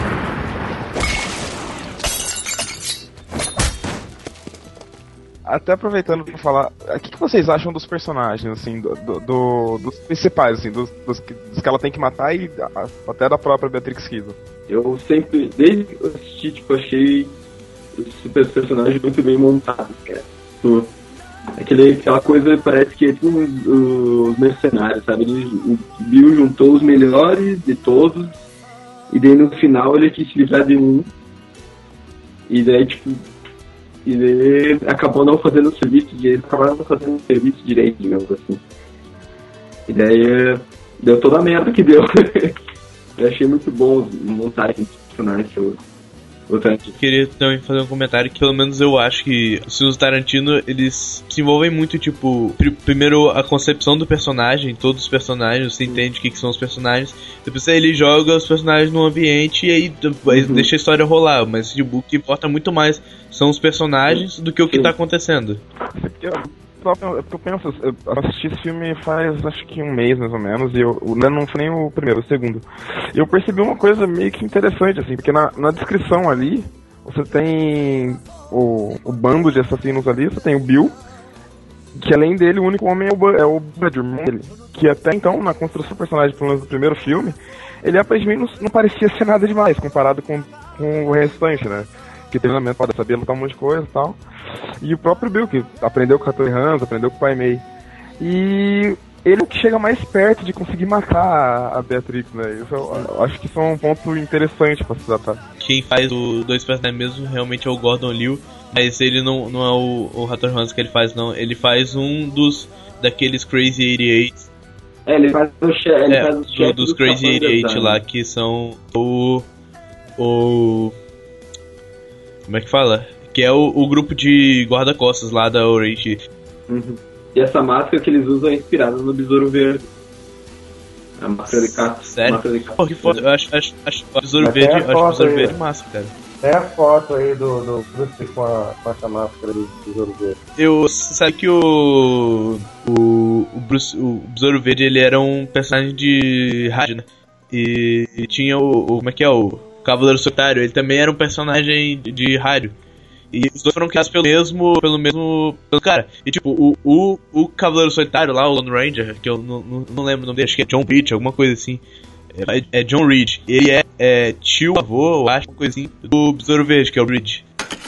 Até aproveitando pra falar, o que, que vocês acham dos personagens, assim, do, do- do- dos principais, assim, dos, dos que, dos que ela tem que matar e a- até da própria Beatrix Kiddo? Eu sempre, desde que eu assisti, tipo, achei os personagens muito bem montados, cara. Tipo, aquele, aquela coisa parece que é tipo os, os mercenários, sabe? Ele, o Bill juntou os melhores de todos e daí no final ele quis se livrar de um e daí, tipo, e daí acabou não fazendo o serviço direito, acabaram não fazendo o serviço direito, digamos assim. E daí eh, deu toda a merda que deu. Eu achei muito bom os montagens dos personagens que eu, eu Tarantino. Queria também fazer um comentário que pelo menos eu acho que os filmes do Tarantino, eles se envolvem muito, tipo, pr- primeiro a concepção do personagem, todos os personagens, você entende o que, que são os personagens, depois ele joga os personagens no ambiente e aí aí Uhum. deixa a história rolar, mas tipo, o que importa muito mais são os personagens do que o que Sim. tá acontecendo. Porque eu, eu, eu penso, eu assisti esse filme faz acho que um mês mais ou menos, e eu, o- não foi nem o primeiro, o segundo. E eu percebi uma coisa meio que interessante, assim, porque na, na descrição ali, você tem o, o bando de assassinos ali, você tem o Bill, que além dele, o único homem é o, Bu- é o Bud, o irmão dele. Que até então, na construção do personagem, pelo menos do primeiro filme, ele aparentemente não, não parecia ser nada demais, comparado com, com o restante, né? Que treinamento pode saber lutar um monte de coisa e tal. E o próprio Bill, que aprendeu com a Tony Hans, aprendeu com o Pai Mei. E ele é o que chega mais perto de conseguir matar a- a Beatrix, né? Isso eu, eu acho que isso é um ponto interessante pra se tratar. Quem faz o dois personagens mesmo realmente é o Gordon Liu, mas ele não, não é o, o Hathor Hans que ele faz, não. Ele faz um dos daqueles Crazy oitenta e oito. É, ele faz o chefe, ele É, faz o do- chefe dos Crazy oitenta e oito lá, que são o. O. Como é que fala? Que é o, o grupo de guarda-costas lá da Orange. Uhum. E essa máscara que eles usam é inspirada no Besouro Verde. A máscara de caça. Sério? Máscara de caça. Pô, que foda. Eu acho, acho, acho o Besouro Mas Verde, tem a eu acho o foto Besouro aí. Verde massa, cara. Tem a foto aí do, do Bruce com, a, com essa máscara de Tesouro Verde. Eu sabe que o o o, Bruce, o Besouro Verde ele era um personagem de rádio, né? E, e tinha o, o como é que é o Cavaleiro Solitário, ele também era um personagem de, de rádio. E os dois foram criados pelo mesmo. Pelo mesmo. Pelo cara. E tipo, o, o, o Cavaleiro Solitário lá, o Lone Ranger, que eu não, não, não lembro o nome dele, acho que é John Reed, alguma coisa assim. É, é John Reed. Ele é, é tio, avô, eu acho, uma coisa assim, do Besouro Verde, que é o Reed.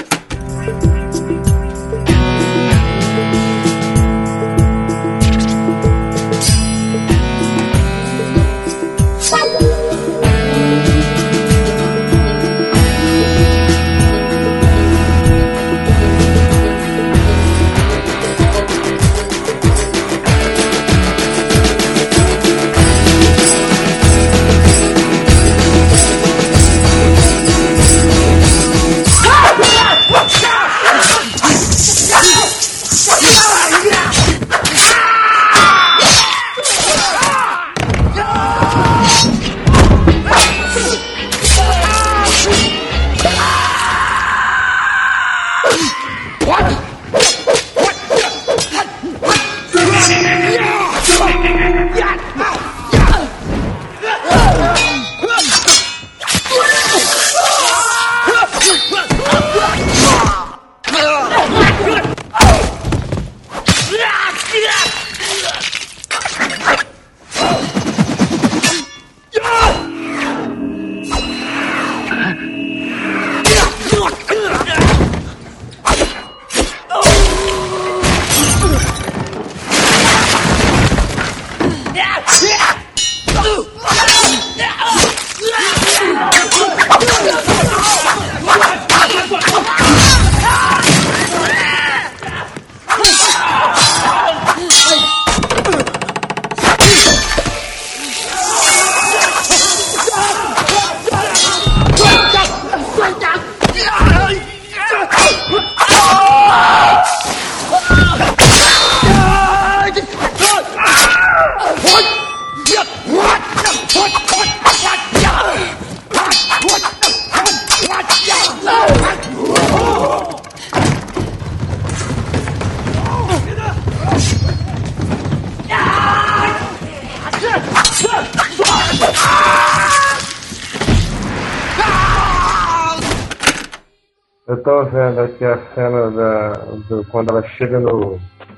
Eu tô vendo aqui a cena da, do, quando ela chega no,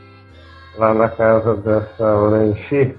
lá na casa dessa Oranchi.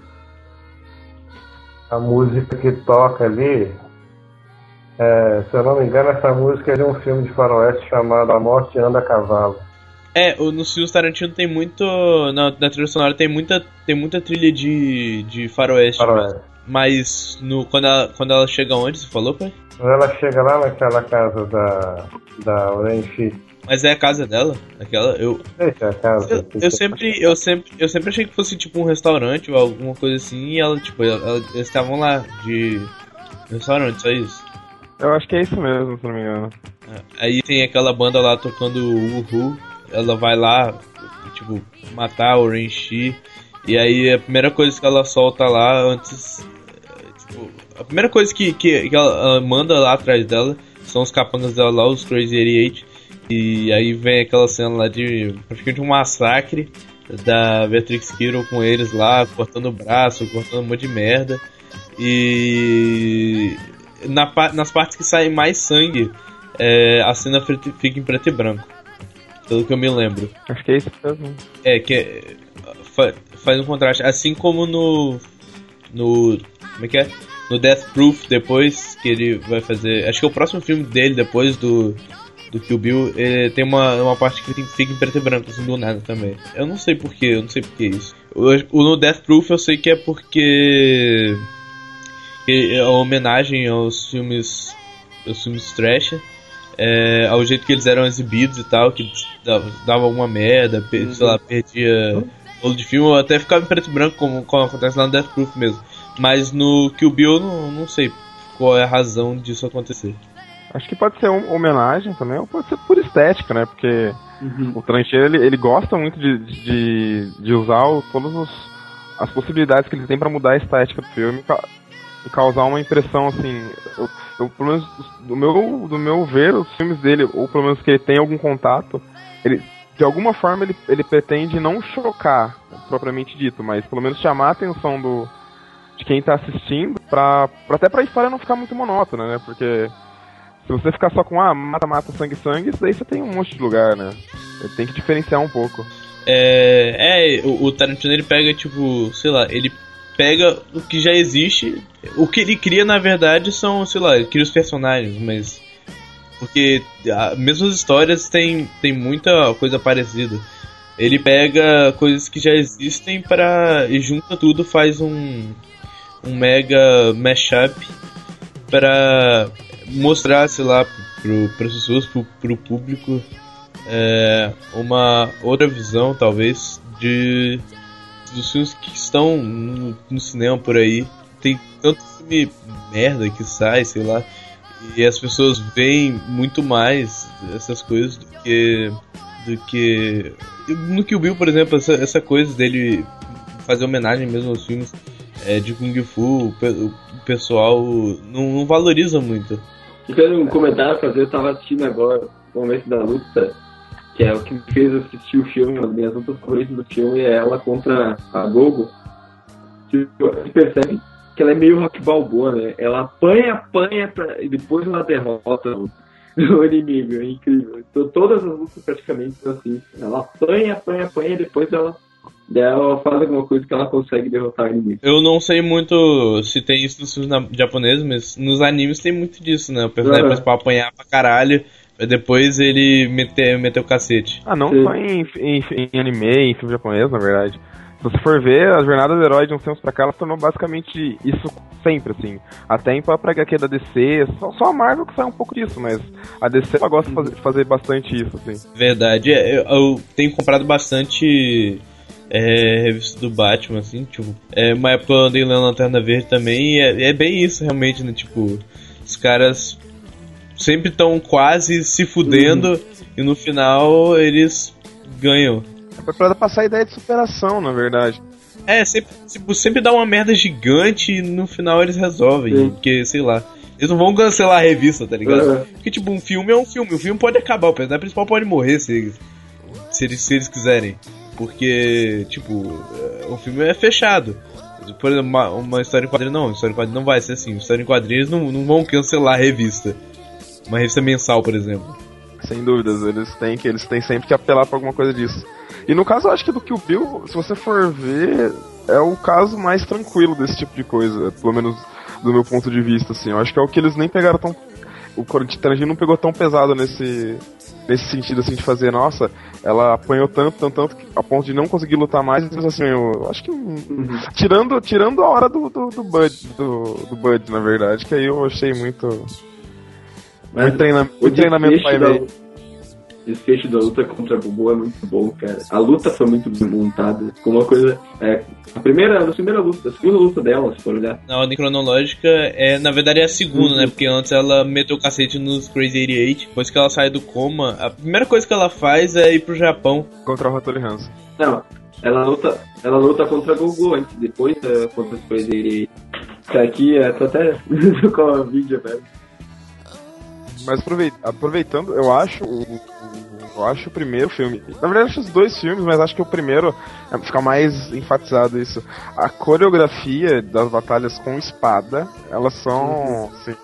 A música que toca ali, é, se eu não me engano, essa música é de um filme de faroeste chamado A Morte Anda a Cavalo. É, nos filmes Tarantino tem muito. Na, na trilha sonora tem muita, tem muita trilha de, de faroeste. faroeste. Mas no, quando, ela, quando ela chega onde, você falou, pai? Quando ela chega lá naquela casa da, da Oranchi. Mas é a casa dela? Aquela, eu. Eita, a casa. Eu, eu sempre, eu sempre, eu sempre achei que fosse tipo um restaurante ou alguma coisa assim, e ela, tipo, ela, ela, eles estavam lá de restaurante, só isso. Eu acho que é isso mesmo, se não me engano. Aí tem aquela banda lá tocando o Uhu, ela vai lá, tipo, matar o Renchi, e aí a primeira coisa que ela solta lá antes. Tipo, a primeira coisa que, que, que ela, ela manda lá atrás dela são os capangas dela lá, os Crazy oitenta e oito. E aí vem aquela cena lá de praticamente um massacre da Beatrix Kiddo com eles lá, cortando o braço, cortando um monte de merda. E na, nas partes que saem mais sangue, é, a cena fica em preto e branco, pelo que eu me lembro. Acho que é isso mesmo. É, que é, faz um contraste, assim como no no como é que é? No Death Proof, depois que ele vai fazer, acho que é o próximo filme dele depois do do Kill Bill, ele tem uma, uma parte que fica em preto e branco, assim, do nada também. Eu não sei porquê, eu não sei porquê isso. O, no Death Proof eu sei que é porque é a homenagem aos filmes aos filmes trash, é, ao jeito que eles eram exibidos e tal, que dava, dava alguma merda, per, sei lá, perdia rolo de filme, ou até ficava em preto e branco, como, como acontece lá no Death Proof mesmo. Mas no Kill Bill eu não, não sei qual é a razão disso acontecer. Acho que pode ser uma homenagem também, ou pode ser por estética, né? Porque Uhum. o Trancheira, ele, ele gosta muito de, de, de usar o, todas os, as possibilidades que ele tem pra mudar a estética do filme e causar uma impressão, assim... Eu, eu, pelo menos, do meu, do meu ver, os filmes dele, ou pelo menos que ele tem algum contato, ele, de alguma forma ele, ele pretende não chocar, propriamente dito, mas pelo menos chamar a atenção do, de quem tá assistindo, pra, pra, até pra história não ficar muito monótona, né? Porque... Se você ficar só com ah, mata, mata, sangue, sangue, isso daí você tem um monte de lugar, né? Tem que diferenciar um pouco. É, é o, o Tarantino ele pega, tipo, sei lá, ele pega o que já existe. O que ele cria, na verdade, são, sei lá, ele cria os personagens, mas. Porque a, mesmo as histórias tem, tem muita coisa parecida. Ele pega coisas que já existem pra, e junta tudo, faz um, um mega mashup pra mostrar, sei lá, pro, pras pessoas, pro, pro público, é, uma outra visão, talvez, de dos filmes que estão no, no cinema por aí. Tem tanto filme merda que sai, sei lá, e as pessoas veem muito mais essas coisas do que do que no Kill Bill, por exemplo, essa, essa coisa dele fazer homenagem mesmo aos filmes é, de Kung Fu, o, o pessoal não, não valoriza muito. Eu quero um comentário fazer, eu tava assistindo agora o Momento da Luta, que é o que me fez assistir o filme, uma das minhas lutas favoritas do filme é ela contra a Gogo. Você percebe que ela é meio Rock Balboa, né? Ela apanha, apanha pra... e depois ela derrota o, o inimigo, é incrível. Então, todas as lutas praticamente são assim. Ela apanha, apanha, apanha e depois ela, ela faz alguma coisa que ela consegue derrotar o inimigo. Eu não sei muito se tem isso nos filmes japoneses, mas nos animes tem muito disso, né? O personagem Uhum. principal apanhar pra caralho, pra depois ele meter, meter o cacete. Ah, não Sim. só em, em, em anime, em filme japonês, na verdade. Se você for ver, a jornada do herói de uns tempos pra cá, ela tornou basicamente isso sempre, assim. Até em própria H Q da D C, só, só a Marvel que sai um pouco disso, mas a D C ela gosta de fazer, de fazer bastante isso, assim. Verdade, é, eu, eu tenho comprado bastante é, revista do Batman, assim, tipo, é, uma época eu andei lendo Lanterna Verde também, e é, é bem isso realmente, né, tipo, os caras sempre estão quase se fudendo, uhum. E no final eles ganham. É pra passar a ideia de superação, na verdade. É, sempre, tipo, sempre dá uma merda gigante e no final eles resolvem. Sim. Porque, sei lá, eles não vão cancelar a revista, tá ligado? Uhum. Porque, tipo, um filme é um filme. O filme pode acabar, o personagem principal pode morrer se, se, eles, se eles quiserem. Porque, tipo, o filme é fechado. Por exemplo, uma, uma história em quadrinho não. Uma história em quadrinho não vai ser assim. Uma história em quadrinho eles não, não vão cancelar a revista. Uma revista mensal, por exemplo. Sem dúvidas, eles têm, que, eles têm sempre que apelar pra alguma coisa disso. E no caso, eu acho que do Kill Bill, se você for ver, é o caso mais tranquilo desse tipo de coisa, pelo menos do meu ponto de vista, assim. Eu acho que é o que eles nem pegaram tão... O Tarantino não pegou tão pesado nesse, nesse sentido, assim, de fazer, nossa, ela apanhou tanto, tanto, tanto, a ponto de não conseguir lutar mais, mas assim, eu acho que... Uhum. Tirando, tirando a hora do, do, do Bud, do, do Bud, na verdade, que aí eu achei muito... Mas muito, treina, muito treinamento pai da, o desfecho da luta contra a Gogo é muito bom, cara. A luta foi muito bem montada. Ficou uma coisa. É, a primeira, a primeira luta, a segunda luta dela, se for olhar. Na ordem cronológica, é, na verdade é a segunda, uhum. né? Porque antes ela meteu o cacete nos Crazy oitenta e oito. Depois que ela sai do coma, a primeira coisa que ela faz é ir pro Japão. Contra o Hattori Hanzo. Não, ela luta, ela luta contra a Gogo antes, depois uh, contra os Crazy oitenta e oito. Que aqui, é, tô até com a vídeo, velho. Mas aproveitando, eu acho o, o, eu acho o primeiro filme, na verdade eu acho os dois filmes, mas acho que o primeiro fica mais enfatizado isso. A coreografia das batalhas com espada, elas são assim,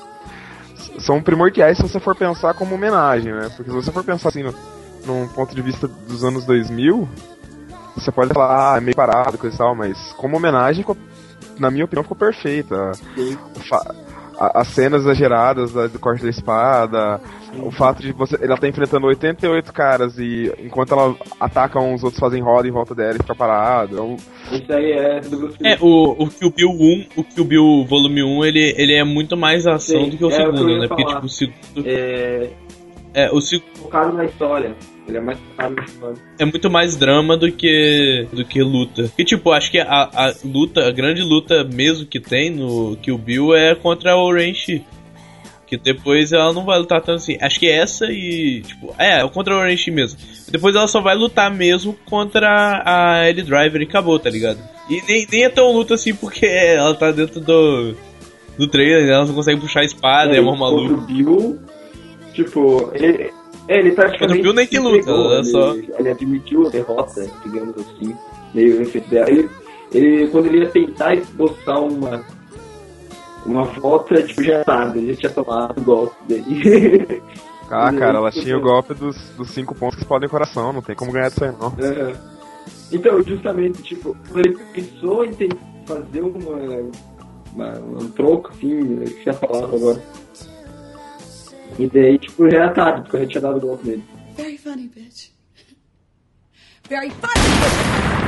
são primordiais se você for pensar como homenagem, né? Porque se você for pensar assim, no, num ponto de vista dos anos dois mil, você pode falar, ah, é meio parado, coisa e tal, mas como homenagem, na minha opinião, ficou perfeita. O fa- As cenas exageradas do corte da espada, sim. O fato de você, ela tá enfrentando oitenta e oito caras e enquanto ela ataca uns, outros fazem roda em volta dela e fica parado. Então... Isso aí é do Bruce É, o, o Kill Bill um, o Kill Bill Volume um, ele, ele é muito mais ação sim, do que o é segundo, o né? Porque, tipo, o segundo... É... É, o segundo... Focado na história. Ele é mais focado na história. É muito mais drama do que, do que luta. E tipo, acho que a, a luta, a grande luta mesmo que tem no Kill Bill é contra a Orange. Que depois ela não vai lutar tanto assim. Acho que essa e... Tipo, é, é contra a Orange mesmo. Depois ela só vai lutar mesmo contra a Ellie Driver e acabou, tá ligado? E nem, nem é tão luta assim porque ela tá dentro do... do trailer, ela não consegue puxar a espada, é, é uma maluca. O Bill, tipo... Ele... É, ele praticamente... Contra o Bill nem que luta, pegou, é só... Ele, ele admitiu a derrota, digamos assim, meio enfeito dela. Ele, ele, quando ele ia tentar esboçar uma, uma volta, tipo, já tarde, ele já tinha tomado o golpe dele. Ah, cara, ela tinha o golpe dos, dos cinco pontos que explodem o coração, não tem como ganhar disso aí, não. É. Então, justamente, tipo, ele pensou em ter, fazer uma, uma, um troco, assim, eu tinha falado agora. E daí, tipo, já era tarde, porque eu já tinha dado o golpe nele. Very funny, bitch. Very funny, bitch.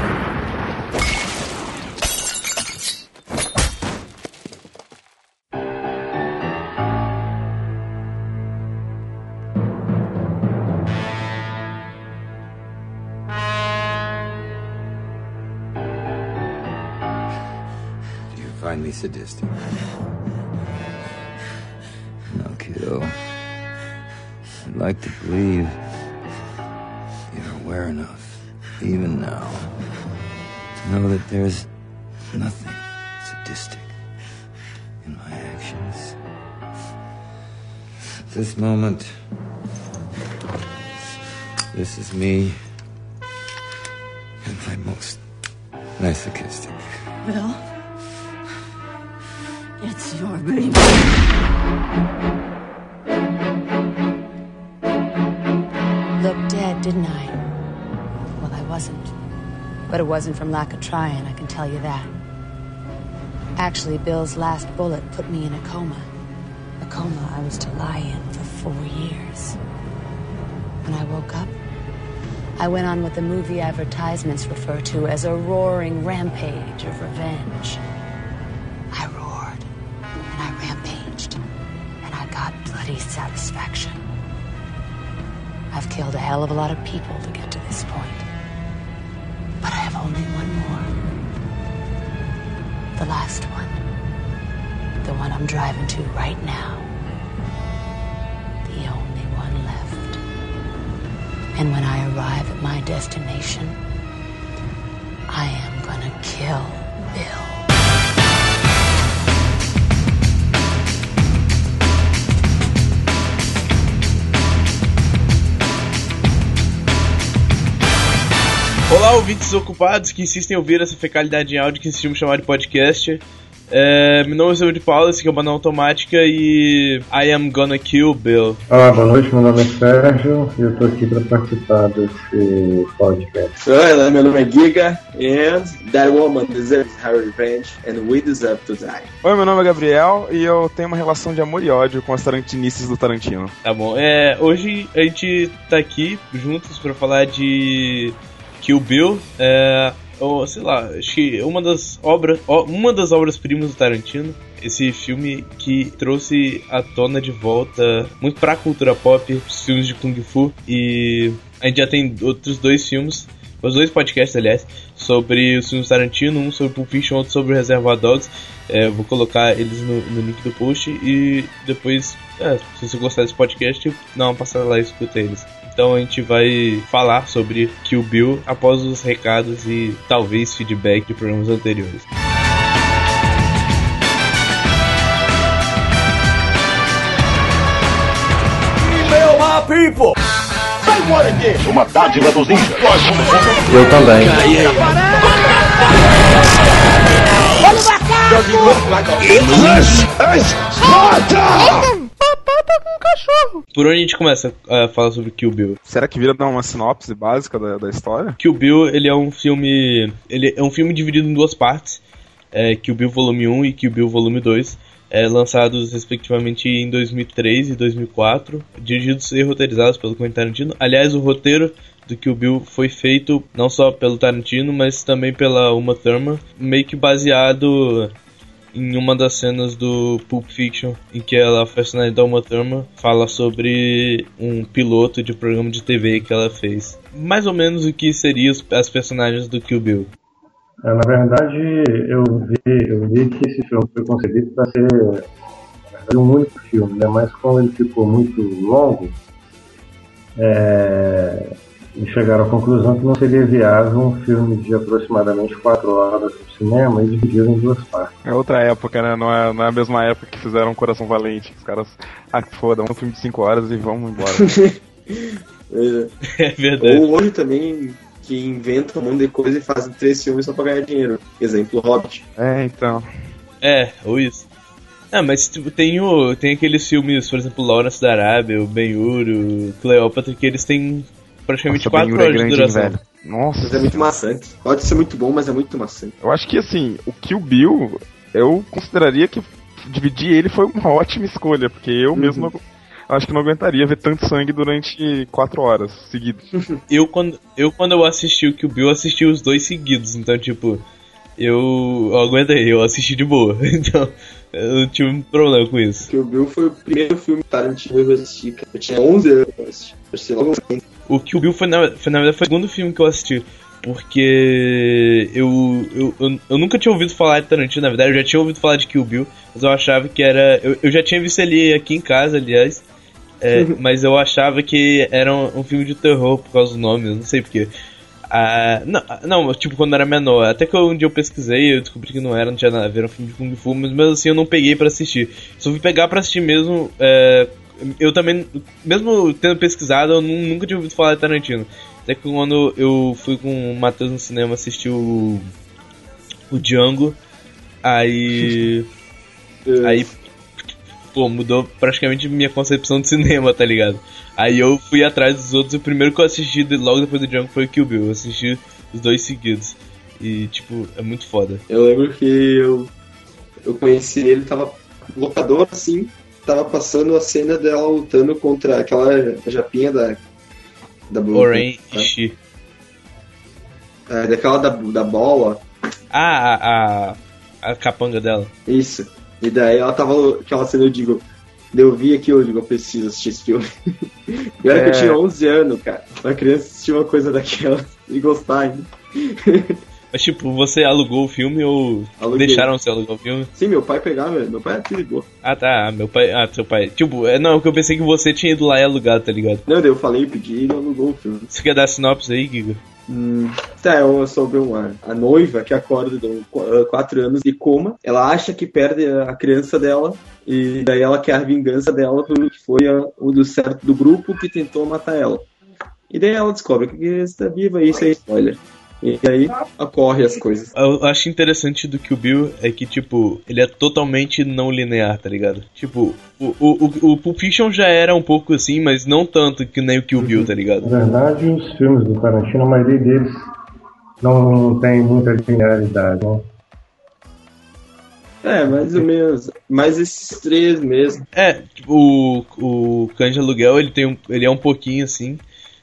Find me sadistic. No, kiddo. I'd like to believe you're aware enough, even now, to know that there's nothing sadistic in my actions. At this moment, this is me at my most masochistic. Bill? It's your baby. Looked dead, didn't I? Well, I wasn't. But it wasn't from lack of trying, I can tell you that. Actually, Bill's last bullet put me in a coma. A coma I was to lie in for four years. When I woke up, I went on what the movie advertisements refer to as a roaring rampage of revenge. I roared, and I rampaged, and I got bloody satisfaction. I've killed a hell of a lot of people to get to this point. But I have only one more. The last one. The one I'm driving to right now. The only one left. And when I arrive at my destination, I am gonna kill Bill. Olá, ouvintes ocupados que insistem em ouvir essa fecalidade em áudio que insistimos chamar de podcast. É, meu nome é Sérgio de Paula, esse aqui é o Banal Automática e I am gonna kill Bill. Olá, boa noite, meu nome é Sérgio e eu tô aqui para participar desse podcast. Olá, meu nome é Giga and that woman deserves her revenge and we deserve to die. Oi, meu nome é Gabriel e eu tenho uma relação de amor e ódio com as tarantinices do Tarantino. Tá bom, é, hoje a gente tá aqui juntos pra falar de Kill Bill, é... ou sei lá, acho que uma das obras, uma das obras-primas do Tarantino, esse filme que trouxe à tona de volta muito pra cultura pop os filmes de Kung Fu, e a gente já tem outros dois filmes, os dois podcasts, aliás, sobre os filmes do Tarantino, um sobre Pulp Fiction, outro sobre Reservoir Dogs. É, eu vou colocar eles no, no link do post e depois, é, se você gostar desse podcast, dá uma passada lá e escuta eles. Então a gente vai falar sobre Kill Bill após os recados e talvez feedback de programas anteriores. Email my people! Say what again? Uma dádiva dos ninjas. Eu também. Por onde a gente começa a falar sobre Kill Bill? Será que vira dar uma sinopse básica da, da história? Kill Bill, ele é um filme, ele é um filme dividido em duas partes, é, Kill Bill Volume um e Kill Bill Volume dois, é, lançados respectivamente em dois mil e três e dois mil e quatro, dirigidos e roteirizados pelo Quentin Tarantino. Aliás, o roteiro do Kill Bill foi feito não só pelo Tarantino, mas também pela Uma Thurman, meio que baseado em uma das cenas do Pulp Fiction, em que ela, a personagem da Uma Thurman, fala sobre um piloto de programa de T V que ela fez. Mais ou menos o que seriam as personagens do Kill Bill. É, na verdade, eu vi, eu vi que esse filme foi concebido para ser, na verdade, um único filme, né? Mas como ele ficou muito longo, é... e chegaram à conclusão que não seria viável um filme de aproximadamente quatro horas no cinema e dividido em duas partes. É outra época, né? Não é, não é a mesma época que fizeram Coração Valente. Os caras, ah, foda, um filme de cinco horas e vamos embora. É verdade. Ou hoje também, que inventam um monte de coisa e fazem três filmes só pra ganhar dinheiro. Exemplo, Hobbit. É, então. É, ou isso. Ah, mas tipo, tem, o, tem aqueles filmes, por exemplo, Lawrence da Arábia, o Ben-Hur, o Cleópatra, que eles têm praticamente Nossa, quatro Ben-Hur é horas de grande, duração. velho. Nossa. Mas é muito maçante. Pode ser muito bom, mas é muito maçante. Eu acho que, assim, o Kill Bill, eu consideraria que dividir ele foi uma ótima escolha, porque eu uhum. mesmo não, acho que não aguentaria ver tanto sangue durante quatro horas seguidas. eu, quando, eu, quando eu assisti o Kill Bill, eu assisti os dois seguidos, então, tipo, eu, eu aguentei, eu assisti de boa, então eu não tive um problema com isso. Kill Bill foi o primeiro filme Tarantino que eu assisti, cara. Eu tinha onze anos eu assisti. Eu assisti logo assim. O Kill Bill foi na, foi, na verdade, foi o segundo filme que eu assisti. Porque eu, eu, eu, eu nunca tinha ouvido falar de Tarantino, na verdade, eu já tinha ouvido falar de Kill Bill, mas eu achava que era... Eu, eu já tinha visto ele aqui em casa, aliás, é, mas eu achava que era um, um filme de terror por causa do nome, eu não sei porquê. Ah, não, não, tipo, quando eu era menor, até que eu, um dia eu pesquisei, eu descobri que não era, não tinha nada a ver, era um filme de Kung Fu, mas mesmo assim eu não peguei pra assistir. Só fui pegar pra assistir mesmo, é, eu também, mesmo tendo pesquisado, eu nunca tinha ouvido falar de Tarantino. Até que quando eu fui com o Matheus no cinema assistir o, o Django, aí, aí, pô, mudou praticamente minha concepção de cinema, tá ligado? Aí eu fui atrás dos outros, o primeiro que eu assisti logo depois do Django foi o Kill Bill, eu assisti os dois seguidos, e tipo, é muito foda. Eu lembro que eu, eu conheci ele, tava locador assim, tava passando a cena dela lutando contra aquela japinha da... da Oren Ishii. É, daquela da, da bola. Ah, a, a, a capanga dela. Isso. E daí ela tava. Aquela cena eu digo. Eu vi aqui, eu digo, eu preciso assistir esse filme. E olha é. que eu tinha onze anos, cara. Uma criança assistir uma coisa daquela e gostar ainda. Mas tipo, você alugou o filme ou Aluguei. Deixaram você alugar o filme? Sim, meu pai pegava, meu pai te ligou. Ah tá, meu pai. Ah, seu pai. Tipo, é, não, porque eu pensei que você tinha ido lá e alugado, tá ligado? Não, daí eu falei, pedi e ele alugou o filme. Você quer dar sinopse aí, Giga? Hum, tá, é sobre uma a noiva que acorda de quatro anos de coma. Ela acha que perde a criança dela. E daí ela quer a vingança dela pelo que foi a, o do certo do grupo que tentou matar ela. E daí ela descobre que a criança está viva e isso é spoiler. E aí ocorre as coisas. Eu acho interessante do Kill Bill é que, tipo, ele é totalmente não linear, tá ligado? Tipo, o, o, o, o Pulp Fiction já era um pouco assim, mas não tanto que nem o Kill Bill, tá ligado? Na verdade, os filmes do Tarantino, a maioria deles não tem muita linearidade, né? É, mais ou menos. Mais esses três mesmo. É, tipo, o, o Cães de Aluguel, ele, tem um, ele é um pouquinho assim.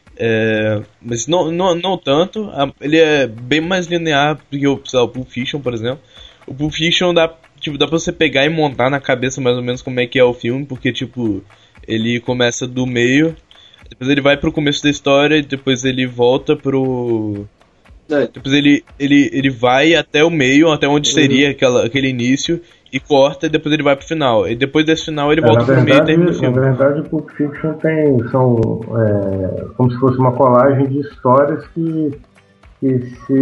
É, mas não, não, não tanto. Ele é bem mais linear do que o, sei lá, o Pulp Fiction, por exemplo. O Pulp Fiction dá, tipo, dá pra você pegar e montar na cabeça mais ou menos como é que é o filme, porque tipo, ele começa do meio, depois ele vai pro começo da história e depois ele volta pro... É. Depois ele, ele, ele vai até o meio, até onde seria aquela, aquele início, e corta, e depois ele vai pro final. E depois desse final ele é, volta verdade, pro meio e termina o filme. Na verdade, o Pulp Fiction tem, são é, como se fosse uma colagem de histórias que, que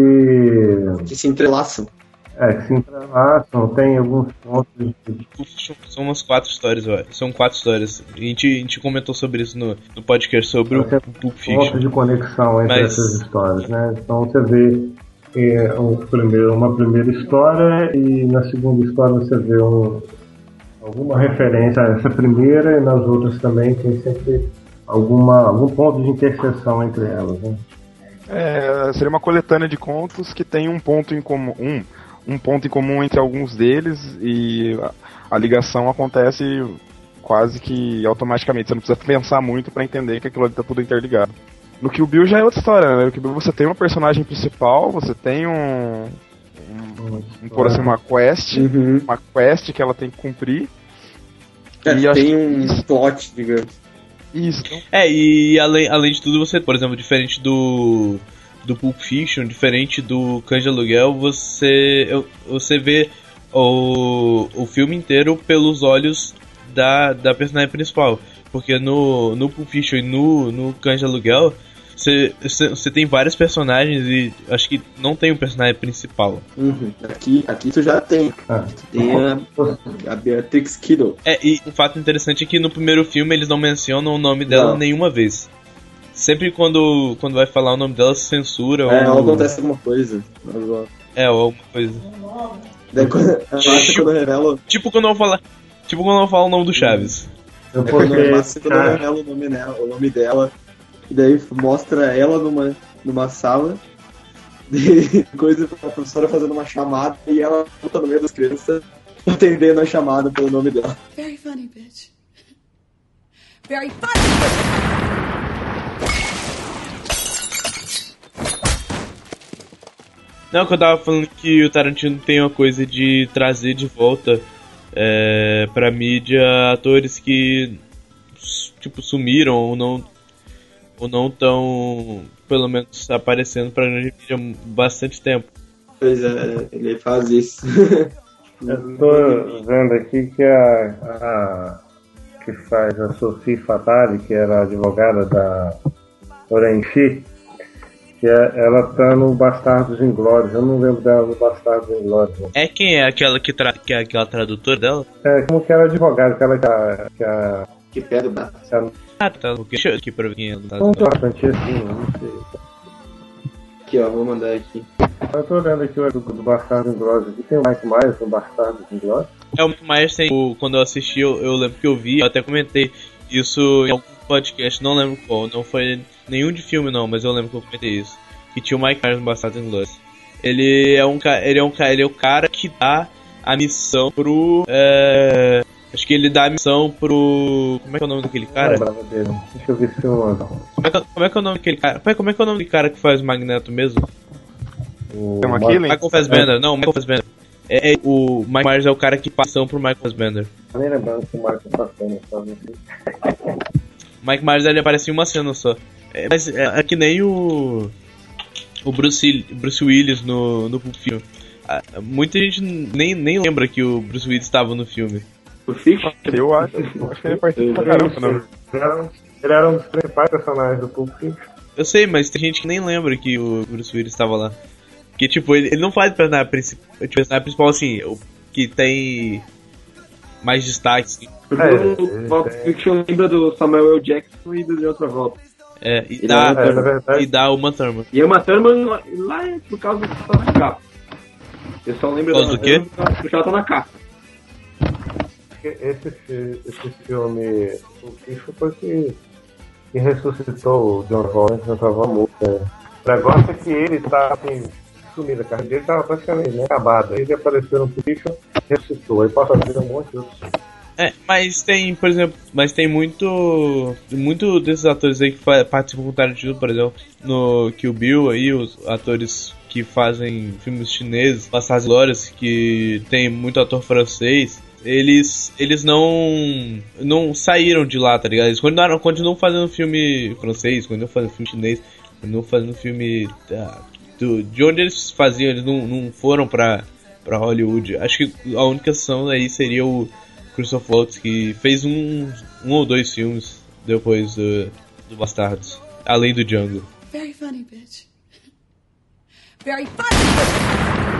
se... Que se entrelaçam. É, que se entrelaçam, tem alguns pontos de... São umas quatro histórias, ó. São quatro histórias. A gente, a gente comentou sobre isso no, no podcast sobre você o Pulp Fiction. Pontos de conexão entre Mas... essas histórias, né? Então você vê é, um primeiro, uma primeira história e na segunda história você vê um, alguma referência a essa primeira e nas outras também tem sempre alguma, algum ponto de interseção entre elas, né? É, seria uma coletânea de contos que tem um ponto em comum... Um, um ponto em comum entre alguns deles e a, a ligação acontece quase que automaticamente. Você não precisa pensar muito pra entender que aquilo ali tá tudo interligado. No Kill Bill já é outra história, né? No Kill Bill você tem uma personagem principal, você tem um... um, um por assim, uma quest, uhum. uma quest que ela tem que cumprir. É, e tem um isso, plot, digamos. Isso. É, e além, além de tudo, você, por exemplo, diferente do... do Pulp Fiction, diferente do Cães de Aluguel, você, você vê o, o filme inteiro pelos olhos da, da personagem principal. Porque no, no Pulp Fiction e no, no Cães de Aluguel, você, você tem vários personagens e acho que não tem um personagem principal. Uhum. Aqui, aqui tu já tem. Ah. Tu tem a, a Beatrix Kiddo. É, e um fato interessante é que no primeiro filme eles não mencionam o nome dela não. nenhuma vez. Sempre quando, quando vai falar o nome dela, se censura. É, ou... acontece alguma coisa. É, ou alguma coisa. Daí quando, tipo, quando revela... tipo quando eu vou falar. Tipo quando eu falo o nome do Chaves. Eu É quando porque, a Maceta não cara, revela o nome, dela, o nome dela, e daí mostra ela numa, numa sala, de coisa, a professora fazendo uma chamada e ela tá no meio das crianças atendendo a chamada pelo nome dela. Very funny, bitch. Very funny! Não, que eu tava falando que o Tarantino tem uma coisa de trazer de volta é, pra mídia atores que tipo sumiram ou não ou não tão pelo menos aparecendo pra grande mídia há bastante tempo. Pois é, ele faz isso. eu tô vendo aqui que a, a que faz a Sophie Fatale, que era a advogada da Orenchi, que é, ela tá no Bastardos Inglórios. Eu não lembro dela no Bastardos Inglórios. É quem é aquela que, tra... que é aquela tradutora dela? É como que era advogada, que ela que a, que a, Que pé braço. que a Ah, tá. Deixa eu aqui pra ver quem é. Tá. não tô bastante assim, eu não sei. Aqui, ó, vou mandar aqui. Eu tô olhando aqui o do, do Bastardos Inglórios. Aqui tem o Mike Myers no Bastardos Inglórios. É o Mike Myers tem. o- Quando eu assisti, eu, eu lembro que eu vi, eu até comentei isso em algum podcast, não lembro qual, não foi nenhum de filme não, mas eu lembro que eu comentei isso. Que tinha o Mike Myers no Bastardos Inglórios. Ele é um cara, ele é um cara, ele é o cara que dá a missão pro. É, acho que ele dá a missão pro. Como é que é o nome daquele cara? Não lembrava dele. Deixa eu ver se eu mando. Como é que, como é que é o nome daquele cara? Pai, como é que é o nome daquele cara que faz o Magneto mesmo? O Tem uma Mark- Killing? Michael Fassbender, não, Michael Fassbender. É, é, o Mike Myers é o cara que passa a missão pro Michael Fassbender. nem lembrando que o Marco tá passando, sabe? Mike Myers ele aparece em uma cena só. É, mas é, é que nem o. O Bruce, Bruce Willis no, no Pulp Fiction. Ah, muita gente nem, nem lembra que o Bruce Willis estava no filme. O Fiction? Eu acho, eu acho que ele participa pra caramba, não. Ele era, um, ele era um dos principais personagens do Pulp Fiction. Eu sei, mas tem gente que nem lembra que o Bruce Willis estava lá. Porque, tipo, ele, ele não faz personagem principal, tipo, personagem principal assim, o que tem mais destaque, assim. Porque É, o Pulp é. Fiction lembra do Samuel L. Jackson e do de outra volta. É, e Ele dá, é, É, na verdade, e dá uma Thurman. E a Uma Thurman lá, lá é por causa do que tá na capa. Eu só lembro Por causa da do quê? Uma Thurman porque ela tá na capa. esse, fi- esse filme Pulp Fiction foi que, que ressuscitou o John Travolta, John Travolta morto. né? O negócio é que ele tá assim, sumido, a carreira dele tava praticamente né, acabada. Ele apareceu no Pulp Fiction, ressuscitou. Aí passa a ver um monte de outros filmes. É, mas tem, por exemplo, mas tem muito muito desses atores aí que fa- participam com o Tarantino, por exemplo, no Kill Bill aí, os atores que fazem filmes chineses, Bastardos Glórias, que tem muito ator francês, eles eles não não saíram de lá, tá ligado? Eles continuaram, continuam fazendo filme francês, continuam fazendo filme chinês, continuam fazendo filme ah, do, de onde eles faziam, eles não, não foram pra, pra Hollywood. Acho que a única exceção aí seria o Christopher Waltz, que fez um, um ou dois filmes depois do, do Bastardos, além do Django. Very funny, bitch. Very funny!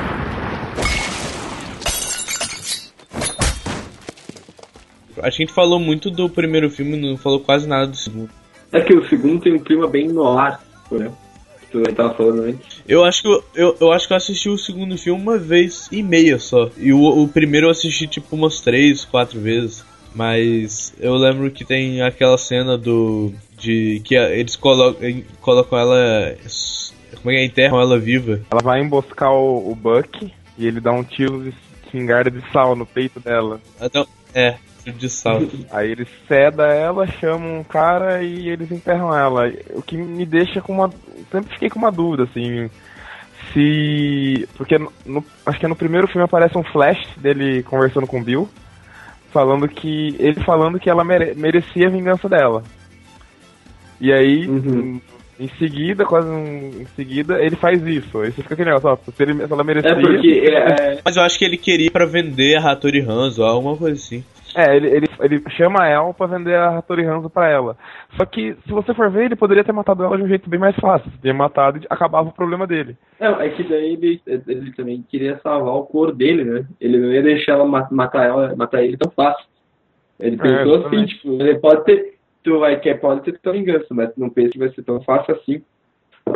Acho que a gente falou muito do primeiro filme, não falou quase nada do segundo. É que o segundo tem um clima bem noir, né? Que tu tava falando antes. Eu acho que eu, eu, eu acho que eu assisti o segundo filme uma vez e meia só. E o, o primeiro eu assisti tipo umas três, quatro vezes. Mas eu lembro que tem aquela cena do. De que a- eles colocam, colocam ela. Como é que é? Enterram ela viva. Ela vai emboscar o, o Buck e ele dá um tiro de espingarda de sal no peito dela. Então, é, tiro de sal. Aí eles cedam ela, chamam um cara e eles enterram ela. O que me deixa com uma. Sempre fiquei com uma dúvida, assim. Se. Porque no, no- acho que no primeiro filme aparece um flash dele conversando com o Bill. Falando que. Ele falando que ela mere- merecia a vingança dela. E aí, Uhum. em, em seguida, quase um- em seguida, ele faz isso. Aí você fica aquele negócio, ó, se, ele, se ela merecia. É porque é, Mas eu acho que ele queria pra vender a Hattori Hanzo, alguma coisa assim. É, ele, ele, ele chama ela pra vender a Hattori Hanzo pra ela. Só que, se você for ver, ele poderia ter matado ela de um jeito bem mais fácil. Ter matado e acabava o problema dele. Não, é que daí ele, ele também queria salvar o cor dele, né? Ele não ia deixar ela ma- matar ela, matar ele tão fácil. Ele pensou assim, exatamente. tipo, ele pode ter. Tu vai quer, pode ter tua vingança, mas tu não pensa que vai ser tão fácil assim.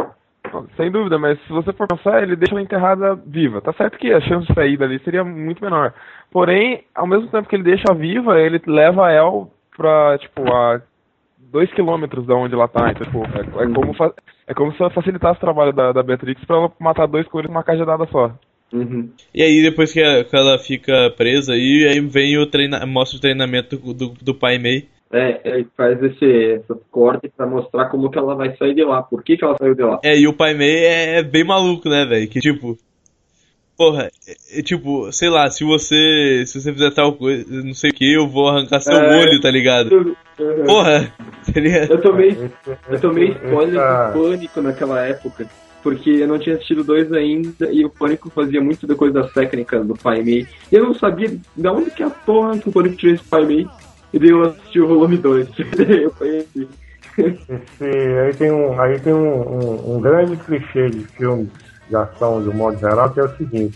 Sem dúvida, mas se você for pensar, ele deixa ela enterrada viva. Tá certo que a chance de sair dali seria muito menor. Porém, ao mesmo tempo que ele deixa viva, ele leva a El pra, tipo, a dois quilômetros da onde ela tá. Então, tipo, é, é, como fa- é como se ela facilitasse o trabalho da, da Beatrix pra ela matar dois coelhos numa cajadada só. Uhum. E aí depois que, a- que ela fica presa, e aí vem o treina, mostra o treinamento do, do Pai Mei. É, ele faz esse, esse corte pra mostrar como que ela vai sair de lá, por que que ela saiu de lá. É, e o Pai Mei é bem maluco, né, velho? Que tipo, porra, é, é, tipo, sei lá, se você se você fizer tal coisa, não sei o que, eu vou arrancar seu É. olho, tá ligado? Uhum. Porra, tá ligado? Eu tomei, Esse- eu tomei esse- spoiler essa- do Pânico naquela época, porque eu não tinha assistido dois ainda, e o Pânico fazia muito da coisa das técnicas do Pai Mei, e eu não sabia de onde que a porra que o Pânico tirou esse Pai Mei, e daí eu assisti o volume dois, eu conheci. Esse, aí tem, um, aí tem um, um, um grande clichê de filmes de ação, de um modo geral, que é o seguinte.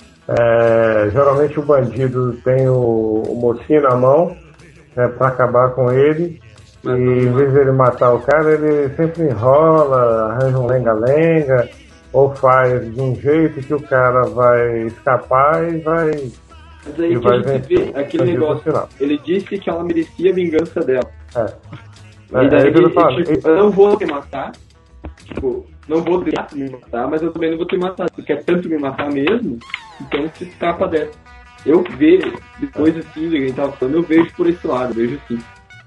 É, geralmente o bandido tem o, o mocinho na mão, né, para acabar com ele, e em vez de ele matar o cara, ele sempre enrola, arranja um lenga-lenga, ou faz de um jeito que o cara vai escapar e vai... Mas aí E que a vai gente vencer vê aquele bandido no negócio, final. ele disse que ela merecia a vingança dela. É. E É, daí, é isso que eu tô falando. tipo, eu não vou te matar, tipo, não vou deixar me matar, mas eu também não vou te matar. Tu quer tanto me matar mesmo, então se escapa dessa. Eu vejo, depois assim, a gente tava falando, eu vejo por esse lado, vejo assim.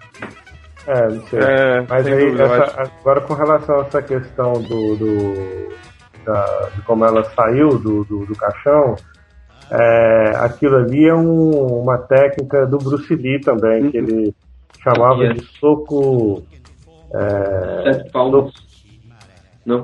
É, não sei. É, Mas sem aí, dúvida, eu essa- agora com relação a essa questão do, do- da- de como ela saiu do, do, do caixão, é, aquilo ali é um- uma técnica do Bruce Lee também, que ele chamava Yes. de soco. É, Sete palmos. Não.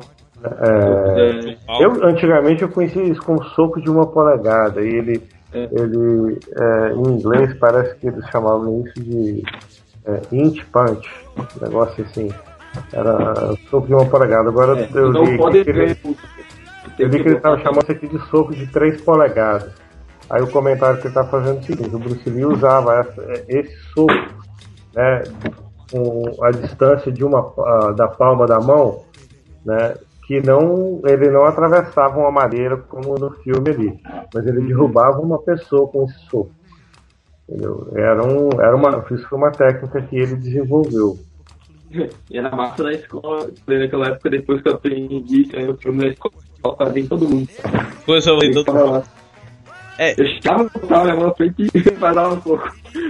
é, É, eu antigamente eu conhecia isso como soco de uma polegada, e ele, É. ele é, em inglês parece que eles chamavam isso de é, inch punch, um negócio assim. Era soco de uma polegada. Agora é, eu não li pode que ele, ver. eu vi que ele estava chamando isso aqui de soco de três polegadas. Aí o comentário que ele está fazendo é o seguinte: o Bruce Lee usava essa- esse soco, né, com a distância de uma, ah, da palma da mão, né, que não, ele não atravessava uma madeira como no filme ali, mas ele derrubava uma pessoa com esse soco. Entendeu? Era, um, era uma, isso foi uma técnica que ele desenvolveu. E era massa na escola, naquela época, depois que eu aprendi que aí o filme na escola, fazia em todo mundo. Coisa Tem que então. falar lá. É. Eu chegava no tava minha mão na frente e parava um pouco.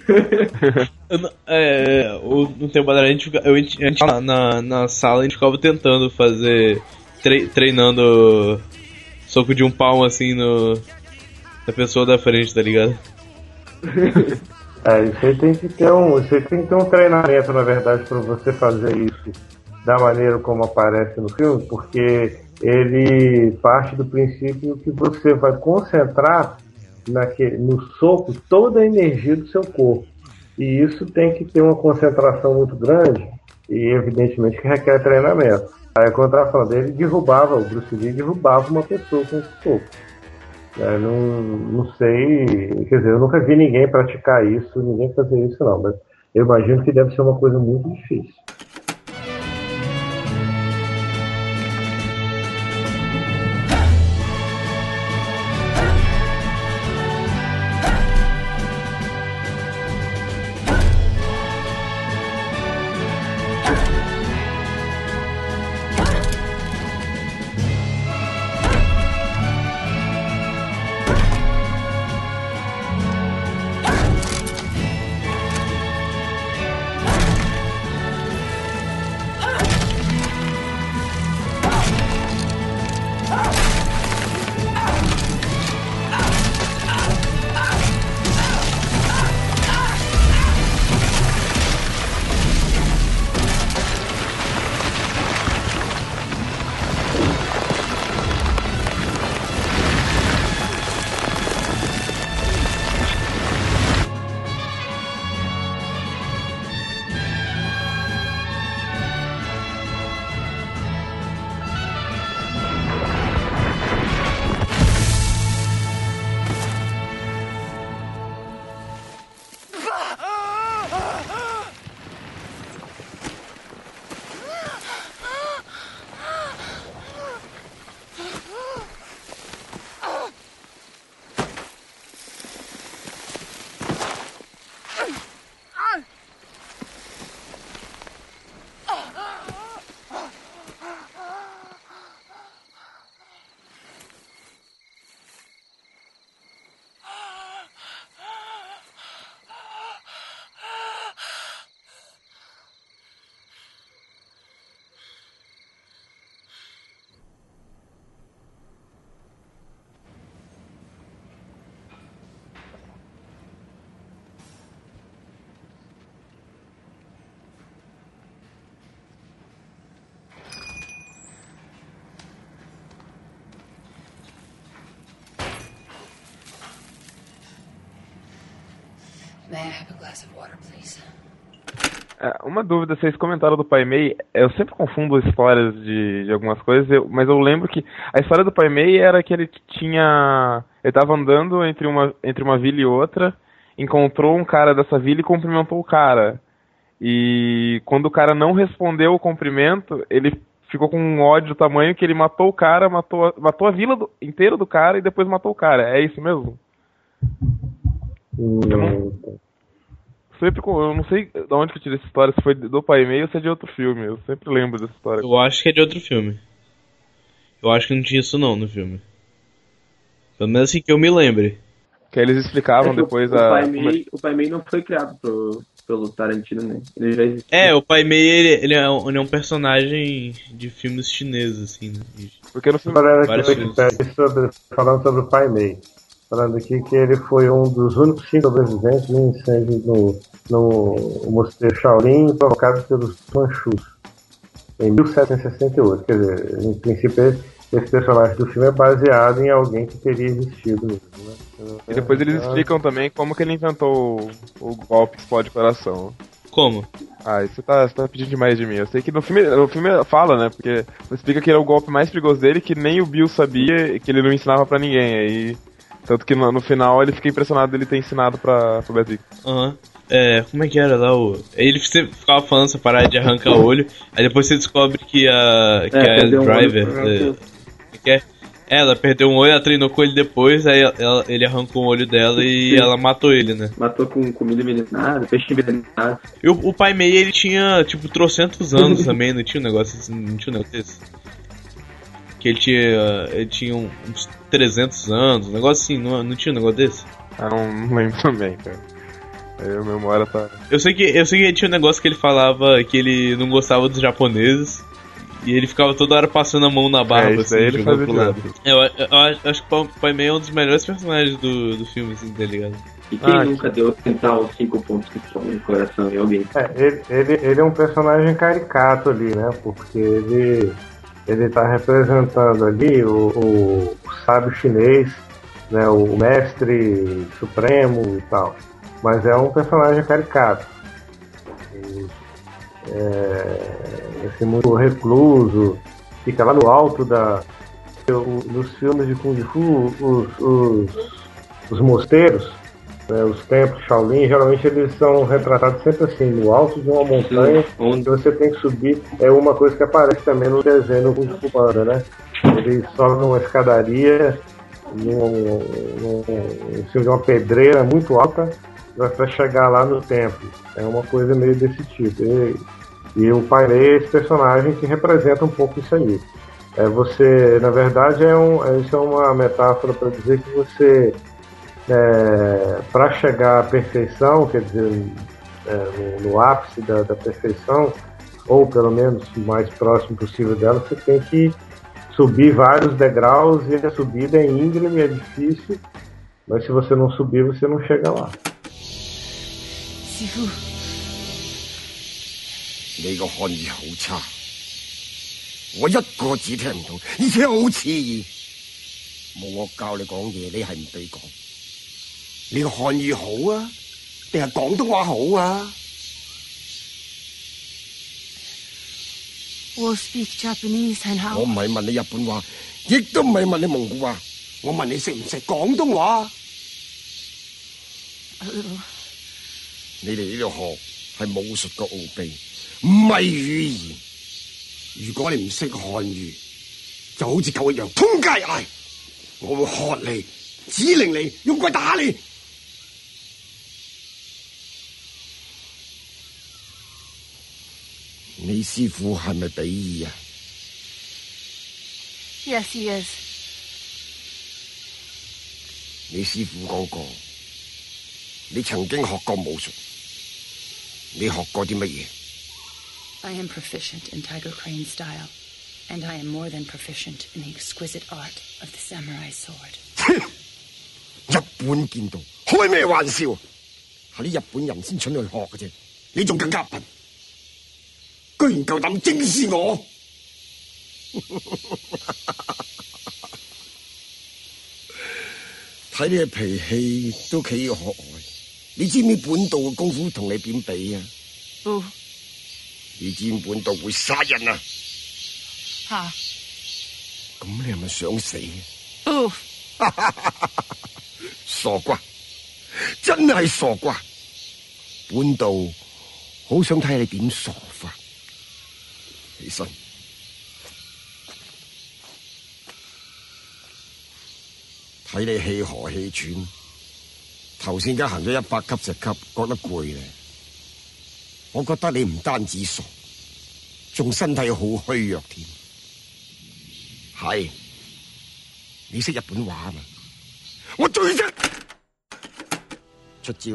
Eu não- É, o- no tempo atrás a gente, fica- eu, a gente a gente na, na, na sala a gente ficava tentando fazer, tre- treinando soco de um palmo assim no, na pessoa da frente, tá ligado? É, isso aí tem que ter um, isso aí tem que ter um treinamento, na verdade, para você fazer isso da maneira como aparece no filme, porque ele parte do princípio que você vai concentrar naquele, no soco toda a energia do seu corpo. E isso tem que ter uma concentração muito grande e, evidentemente, que requer treinamento. Aí, quando eu estava falando, ele derrubava, o Bruce Lee derrubava uma pessoa com esse soco. Eu não, não sei, quer dizer, eu nunca vi ninguém praticar isso, ninguém fazer isso não, mas eu imagino que deve ser uma coisa muito difícil. May I have a glass of water, please? É, uma dúvida, vocês comentaram do Pai Mei, eu sempre confundo histórias de, de algumas coisas, eu, mas eu lembro que a história do Pai Mei era que ele tinha... Ele tava andando entre uma, entre uma vila e outra, encontrou um cara dessa vila e cumprimentou o cara. E quando o cara não respondeu o cumprimento, ele ficou com um ódio do tamanho que ele matou o cara, matou, matou a vila do, inteira do cara e depois matou o cara. É isso mesmo? Hum, Eu não... Sempre, eu não sei de onde que eu tirei essa história, se foi do Pai Mei ou se é de outro filme. Eu sempre lembro dessa história. Eu acho que é de outro filme. Eu acho que não tinha isso não no filme. Pelo menos assim que eu me lembre. Que aí eles explicavam É que depois o, a... o Pai Mei, o Pai Mei não foi criado pro, pelo Tarantino, né? Ele já existia. É, o Pai Mei, ele, ele, é um, ele é um personagem de filmes chineses, assim, né? Porque no filme... Falando Vários aqui, filmes. sobre, falando sobre o Pai Mei. Falando aqui que ele foi um dos únicos cinco sobreviventes de um incêndio no, no mosteiro Shaolin provocado pelos Manchus em mil setecentos e sessenta e oito. Quer dizer, em princípio, esse personagem do filme é baseado em alguém que teria existido mesmo, né? E depois eles explicam também como que ele inventou o, o golpe que explode o coração. Como? Ah, isso tá, você tá pedindo demais de mim. Eu sei que no filme, no filme fala, né? Porque explica que era o golpe mais perigoso dele, que nem o Bill sabia e que ele não ensinava pra ninguém. Aí... Tanto que no, no final ele fica impressionado dele ter ensinado pra, pro Beatriz. Aham. Uhum. É, como é que era lá o... Ele sempre ficava falando essa parada de arrancar o olho, aí depois você descobre que a... Que É, a perdeu um Driver... olho, é, que é, ela perdeu um olho, ela treinou com ele depois, aí ela, ele arrancou o olho dela e Sim. ela matou ele, né? Matou com comida envenenada, peixe envenenado. E o, o Pai Mei, ele tinha, tipo, trocentos anos também, não tinha um negócio assim, não tinha um negócio desse? Que ele tinha, ele tinha uns trezentos anos, um negócio assim, não, não tinha um negócio desse? Ah, não, não lembro também, cara. Aí a memória tá... Eu sei que eu sei que tinha um negócio que ele falava que ele não gostava dos japoneses e ele ficava toda hora passando a mão na barba, É, isso assim, aí ele jogando fazia pro lado. direto. Eu, eu, eu acho, acho que o Pai Mei é um dos melhores personagens do, do filme, assim, tá ligado? E quem Ah, nunca deu tentar os cinco pontos que estão no coração em alguém? É, ele, ele, ele é um personagem caricato ali, né? Porque ele, ele tá representando ali o, o, o sábio chinês, né? O mestre supremo e tal. Mas é um personagem caricato. E, é, assim, muito recluso, fica lá no alto da... O, nos filmes de Kung Fu, os, os, os mosteiros, né, os templos Shaolin, geralmente eles são retratados sempre assim, no alto de uma montanha, onde você tem que subir. É uma coisa que aparece também no desenho do Kung Fu Panda, né? Ele sobe numa escadaria, num, num, em cima de uma pedreira muito alta, para chegar lá no templo. É uma coisa meio desse tipo. E, e o Pai Mei é esse personagem que representa um pouco isso aí. É, você, na verdade, é um, é, isso é uma metáfora para dizer que você, é, para chegar à perfeição, quer dizer, é, no, no ápice da, da perfeição, ou pelo menos o mais próximo possível dela, você tem que subir vários degraus, e a subida é íngreme, é difícil, mas se você não subir, você não chega lá. 師傅， 你個漢語好差，我一個字聽唔到，而且好刺耳。冇我教你講嘢，你係唔俾講。你個漢語好啊，定係廣東話好啊？ 我 speak Japanese 很好。 我唔係問你日本話，亦都唔係問你蒙古話，我問你識唔識廣東話？ A little。 你哋呢度學係武術嘅奧秘，唔係語言。如果你唔識漢語，就好似狗一樣通街嗌，我會喝你，指令你，用棍打你。你師傅係咪比爾啊 Yes, he is。 你師傅講過，你曾經學過武術。 你學過啲乜嘢 I am proficient in Tiger Crane style, and I am more than proficient in the exquisite art of the samurai sword. 日本劍道開咩玩笑？係啲日本人先蠢去學嘅啫，你仲更加笨，居然夠膽正視我！睇你嘅脾氣都幾可愛。 你知唔知本道嘅功夫同你點比啊？ 不， 你知唔知本道會殺人啊？ 怕。 咁你係咪想死？ 不， 傻瓜，真係傻瓜。本道好想睇下你點傻法。起身。睇你氣河氣喘，頭先而家行咗一百級石級，覺得攰咧。我覺得你唔單止傻，仲身體好虛弱添。係，你識日本話嘛？我最識出招。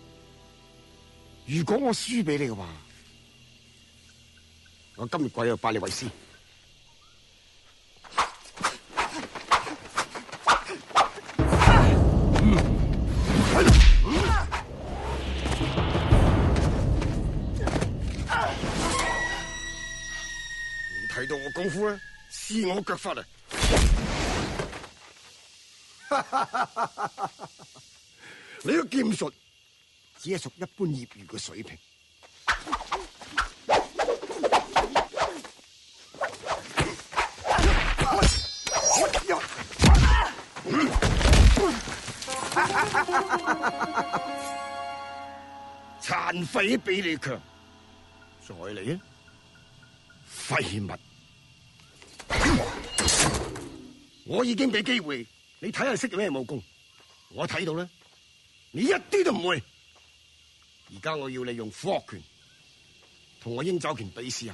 如果我輸俾你嘅話，我今日跪喺度拜你為師。睇到我功夫啊，試我腳法啊！你個劍術只係屬一般業餘嘅水平。殘廢比你強，再嚟啊！廢物！我已經俾機會你睇下識咩武功，我睇到啦，你一啲都唔會。而家我要你用科學拳同我鷹爪拳比試下。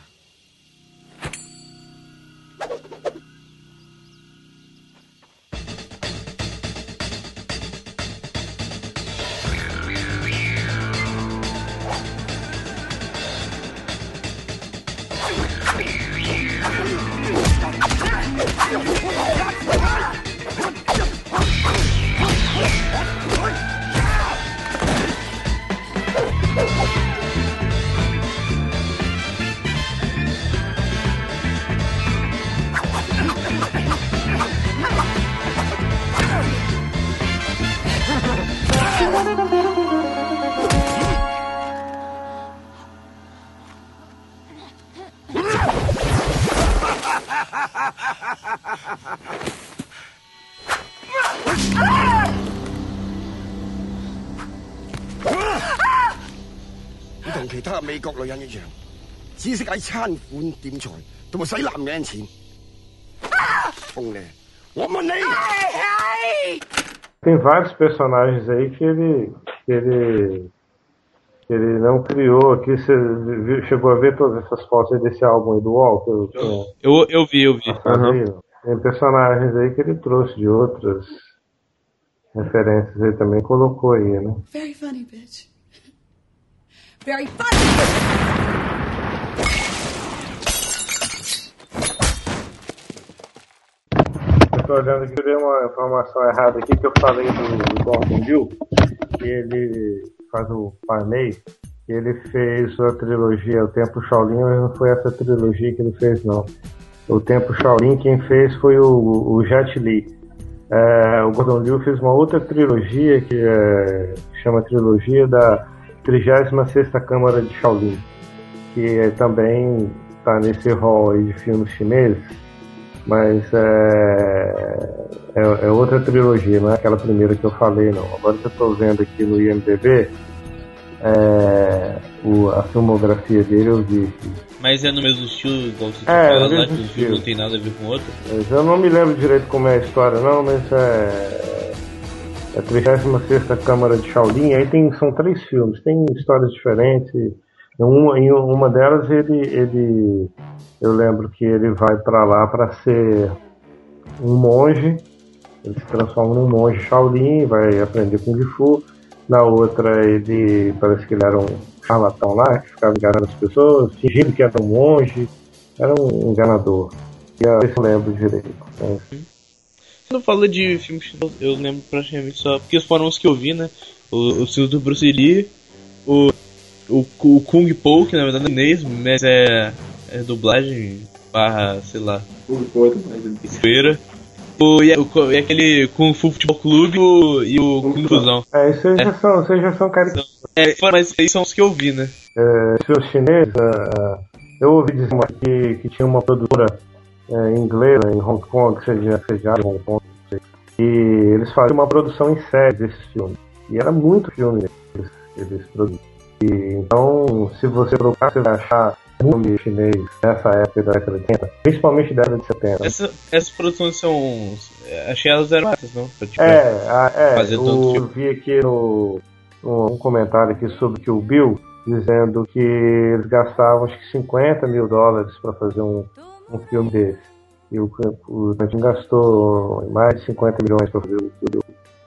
你同其他美國女人一樣，只識喺餐館點菜同埋使男人錢。痛咧！我問你。 Tem vários personagens aí que ele, que ele, que ele não criou. Aqui você viu, chegou a ver todas essas fotos aí desse álbum aí do Walter? Eu, eu vi, eu vi. Uhum. Tem personagens aí que ele trouxe de outras referências aí também, colocou aí, né? Very funny, bitch. Very funny! Eu tô olhando aqui, eu dei uma informação errada aqui, que eu falei do, do Gordon Liu, que ele faz o Pai Mei, ele fez a trilogia O Templo Shaolin, mas não foi essa trilogia que ele fez, não. O Templo Shaolin, quem fez foi o, o Jet Li. É, o Gordon Liu fez uma outra trilogia que é, chama Trilogia da trigésima sexta Câmara de Shaolin, que é, também está nesse rol aí de filmes chineses, mas é, é, é outra trilogia, não é aquela primeira que eu falei, não. Agora que eu estou vendo aqui no I M D B, é, o, a filmografia dele eu vi aqui. Mas é no mesmo estilo, igual você é, fala lá, que o filme não tem nada a ver com o outro? Eu não me lembro direito como é a história, não, mas é, é a trigésima sexta Câmara de Shaolin, aí tem, são três filmes, tem histórias diferentes. Em uma, em uma delas, ele, ele, eu lembro que ele vai para lá para ser um monge, ele se transforma num monge Shaolin, vai aprender Kung Fu. Na outra, ele parece que ele era um charlatão lá, que ficava enganando as pessoas, fingindo que era um monge, era um enganador. E eu não lembro direito. Mas... Quando fala de filmes, eu lembro praticamente só, porque foram os que eu vi, né? O, o filme do Bruce Lee, o, o, o Kung Po, que na verdade não é chinês, mas é, é dublagem barra, sei lá, Kung Po é dublagem. feira. O, e, o, e aquele Kung Fu Futebol Clube e o, e o Kung Fusão. É, isso aí já É. são, isso aí já são caricaturas. É, mas esses são os que eu vi, né? É, os chineses, é, eu ouvi dizer uma- que, que tinha uma produtora é, inglesa em Hong Kong, seja sediada em Hong Kong, não sei, e eles faziam uma produção em série desses filmes. E era muito filme que eles, que eles produziam. E, então, se você procurar, você vai achar um filme chinês nessa época da década de oitenta, principalmente da década de setenta. Essa, essas produções são. Achei elas eram essas, não? Pra, tipo, É, a- é fazer tanto eu filme. vi aqui no, um, um comentário aqui sobre que o Bill, dizendo que eles gastavam acho que cinquenta mil dólares para fazer um, um filme desse. E o, o Tarantino gastou mais de cinquenta milhões para fazer o filme.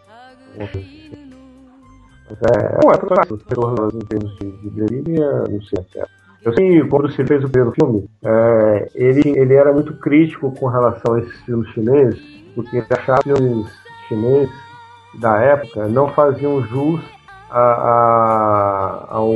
Mas é, não é fácil, em termos de, de bilheteria, não sei até. Eu sei que quando se fez o primeiro filme, é, ele, ele era muito crítico com relação a esses filmes chineses, porque ele achava que os filmes chineses da época não faziam jus a, a, ao.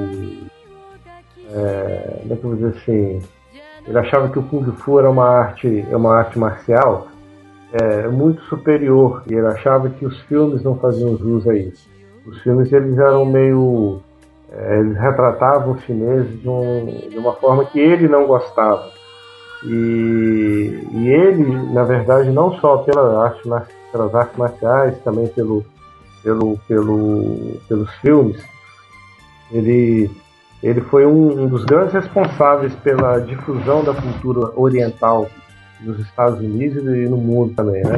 É, como é que eu vou dizer assim? Ele achava que o Kung Fu era uma arte, é uma arte marcial é, muito superior, e ele achava que os filmes não faziam jus a isso. Os filmes eles eram meio. É, eles retratavam os chineses de, um, de uma forma que ele não gostava. E, e ele, na verdade, não só pela arte, pelas artes marciais, também pelo, pelo, pelo, pelos filmes, ele, ele foi um, um dos grandes responsáveis pela difusão da cultura oriental nos Estados Unidos e no mundo também, né?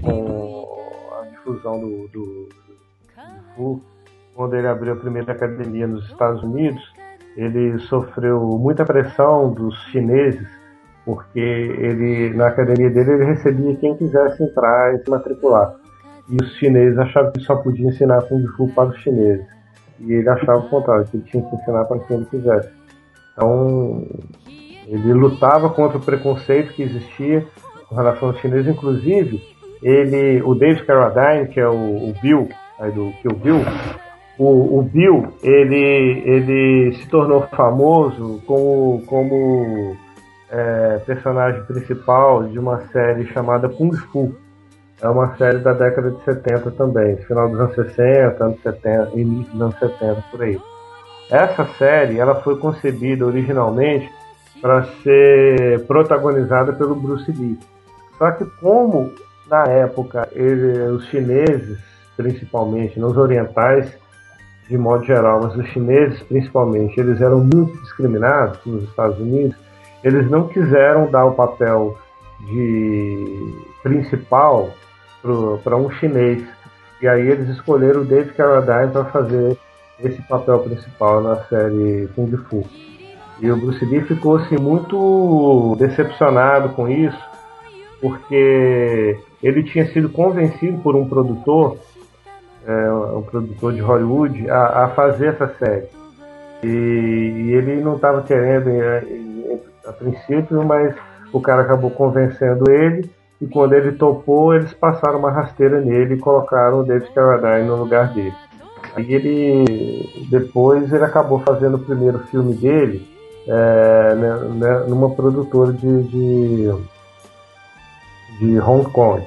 Com a difusão do, do, do Fu. Quando ele abriu a primeira academia nos Estados Unidos, ele sofreu muita pressão dos chineses, porque ele, na academia dele ele recebia quem quisesse entrar e se matricular. E os chineses achavam que só podia ensinar Kung Fu para os chineses. E ele achava o contrário, que ele tinha que ensinar para quem ele quisesse. Então, ele lutava contra o preconceito que existia com relação aos chineses. Inclusive, ele, o David Carradine, que é o, o Bill, aí do Kill Bill, O, o Bill, ele, ele se tornou famoso como, como é, personagem principal de uma série chamada Kung Fu. É uma série da década de setenta também, final dos anos sessenta, anos setenta, início dos anos setenta, por aí. Essa série ela foi concebida originalmente para ser protagonizada pelo Bruce Lee. Só que como, na época, ele, os chineses, principalmente, nos orientais, de modo geral, mas os chineses principalmente, eles eram muito discriminados nos Estados Unidos, eles não quiseram dar o papel de principal para um chinês, e aí eles escolheram o David Carradine para fazer esse papel principal na série Kung Fu. E o Bruce Lee ficou assim, muito decepcionado com isso, porque ele tinha sido convencido por um produtor É, um produtor de Hollywood, a, a fazer essa série. E, e ele não estava querendo a, a princípio, mas o cara acabou convencendo ele, e quando ele topou, eles passaram uma rasteira nele e colocaram o David Carradine no lugar dele. Aí ele, depois, ele acabou fazendo o primeiro filme dele é, né, numa produtora de, de, de Hong Kong.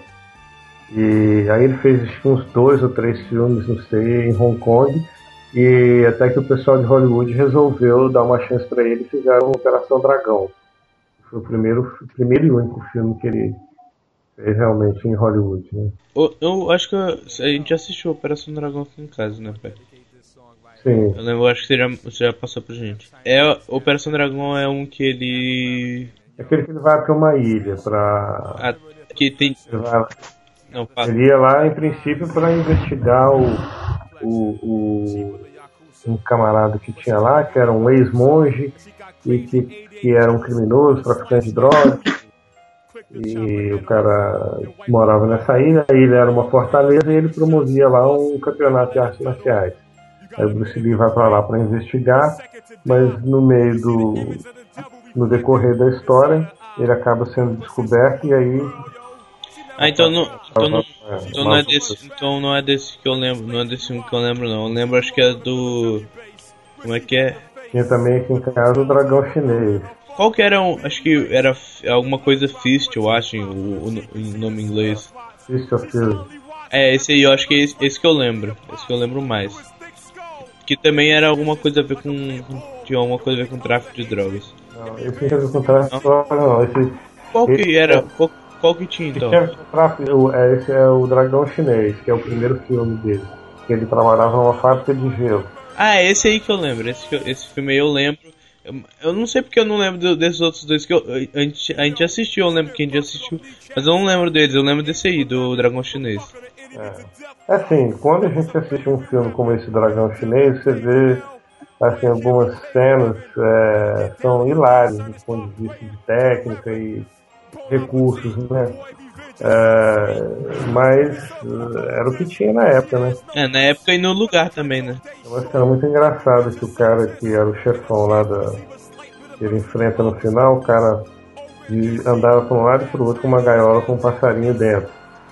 E aí ele fez uns dois ou três filmes, não sei, em Hong Kong, e até que o pessoal de Hollywood resolveu dar uma chance para ele e fizeram Operação Dragão. Foi o primeiro, primeiro e único filme que ele fez realmente em Hollywood, né? Eu, eu acho que a gente assistiu Operação Dragão aqui em casa, né, pai? Sim. Eu lembro, eu acho que você já, você já passou pra gente. É, Operação Dragão é um que ele... É aquele que ele vai pra uma ilha pra... Ah, que tem... Ele vai... Não, fala. Ele ia lá, em princípio, para investigar o, o, o, um camarada que tinha lá, que era um ex-monge e que, que era um criminoso, traficante de drogas. E o cara morava nessa ilha, a ilha era uma fortaleza e ele promovia lá um campeonato de artes marciais. Aí o Bruce Lee vai para lá para investigar, mas no meio do... no decorrer da história, ele acaba sendo descoberto e aí... Ah, então não, então não, então não é desse, então não é desse que eu lembro, não é desse filme que eu lembro não. Eu lembro, acho que é do, como é que é? Tinha também aqui em casa o Dragão Chinês. Qual que era um, acho que era alguma coisa Fist, eu acho, o, o, o nome em inglês. Fist of Fury. É, esse aí, eu acho que é esse, esse que eu lembro. Esse que eu lembro mais. Que também era alguma coisa a ver com... Tinha alguma coisa a ver com tráfico de drogas. Não, esse tinha a ver com tráfico, não. não esse, qual que esse era? É, qual, qual que tinha, então? Tinha tráfico, é, esse é o Dragão Chinês, que é o primeiro filme dele. Que ele trabalhava numa fábrica de gelo. Ah, é esse aí que eu lembro. Esse, esse filme aí eu lembro. Eu, eu não sei porque eu não lembro do, desses outros dois que eu, a, gente, a gente assistiu. Eu lembro que a gente assistiu, mas eu não lembro deles. Eu lembro desse aí, do Dragão Chinês. É. Assim, quando a gente assiste um filme como esse Dragão Chinês, você vê assim, algumas cenas é, são hilárias do ponto de vista de técnica e recursos, né? É, mas era o que tinha na época, né? É, na época e no lugar também, né? É uma cena muito engraçada que o cara que era o chefão lá da... que ele enfrenta no final, o cara andava para um lado e para o outro com uma gaiola com um passarinho dentro.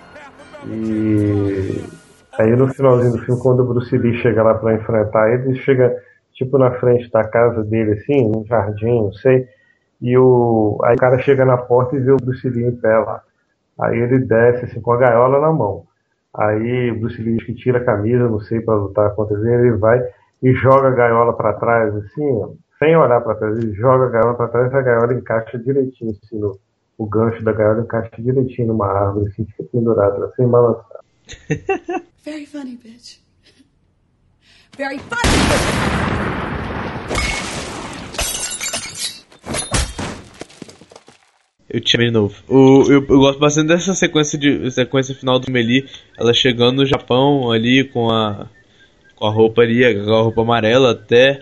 E aí no finalzinho do filme, quando o Bruce Lee chega lá para enfrentar ele, ele chega tipo na frente da casa dele, assim, num jardim, não sei, e o... aí o cara chega na porta e vê o Bruce Lee em pé lá. Aí ele desce assim com a gaiola na mão. Aí o Bruce Lee que tira a camisa, não sei, para lutar contra ele, ele vai e joga a gaiola para trás, assim, ó, sem olhar para trás, ele joga a gaiola para trás e a gaiola encaixa direitinho, assim, no, o gancho da gaiola encaixa direitinho numa árvore, assim, fica pendurado, sem balançar. Very funny, bitch. Very funny! Eu tinha de novo. O, eu, eu gosto bastante dessa sequência de sequência final do Melee, ela chegando no Japão ali com a com a roupa ali, a roupa amarela, até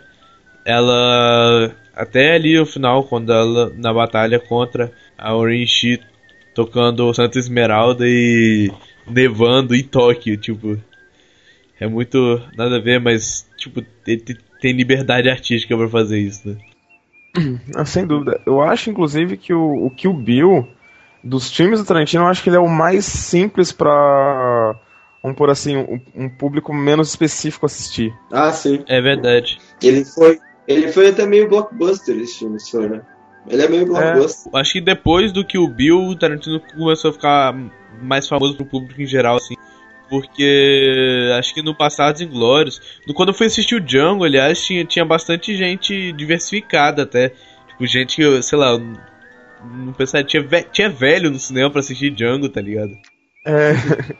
ela até ali no final, quando ela na batalha contra a Orinchi, tocando Santa Esmeralda e nevando em Tóquio, tipo, é muito nada a ver, mas tipo tem, tem liberdade artística pra fazer isso, né? Ah, sem dúvida. Eu acho, inclusive, que o, o Kill Bill, dos filmes do Tarantino, eu acho que ele é o mais simples pra, vamos por assim, um, um público menos específico assistir. Ah, sim. É verdade. Ele foi, ele foi até meio blockbuster, esse filme, se for, né? Ele é meio blockbuster. É. Acho que depois do Kill Bill, o Tarantino começou a ficar mais famoso pro público em geral, assim. Porque acho que no Bastardos Inglórios, quando eu fui assistir o Django, aliás, tinha, tinha bastante gente diversificada até. Tipo, gente que, sei lá, não pensava, tinha, ve- tinha velho no cinema pra assistir Django, tá ligado? É.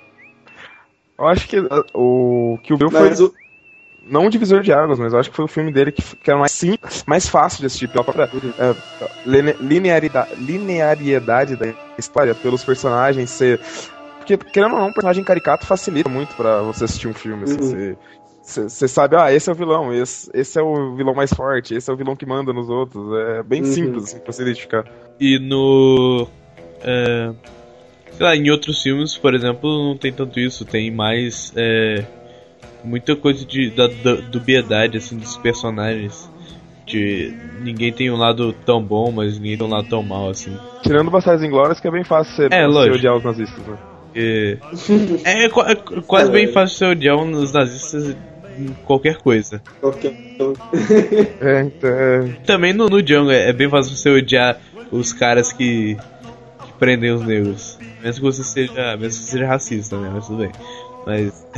Eu acho que uh, o Kill Bill foi. O... Não um divisor de águas, mas eu acho que foi o filme dele que, que era mais simples, mais fácil de assistir pela própria uh, linearidade, linearidade da história, pelos personagens ser. Porque, querendo ou não, um personagem caricato facilita muito pra você assistir um filme. Você uhum. sabe, ah, esse é o vilão, esse, esse é o vilão mais forte, esse é o vilão que manda nos outros. É bem uhum. simples, assim, pra você identificar. E no... É, sei lá, em outros filmes, por exemplo, não tem tanto isso. Tem mais... É, muita coisa de, da, da dubiedade, assim, dos personagens. De, ninguém tem um lado tão bom, mas ninguém tem um lado tão mal, assim. Tirando Bastardos Inglórios, que é bem fácil ser, é, ser odiar os nazistas, né? É, é, é quase é, bem fácil você odiar os nazistas em qualquer coisa. Qualquer é, então, é... Também no, no Django é, é bem fácil você odiar os caras que, que prendem os negros. Mesmo que você seja, mesmo que você seja racista, né? Mas tudo bem. Mas...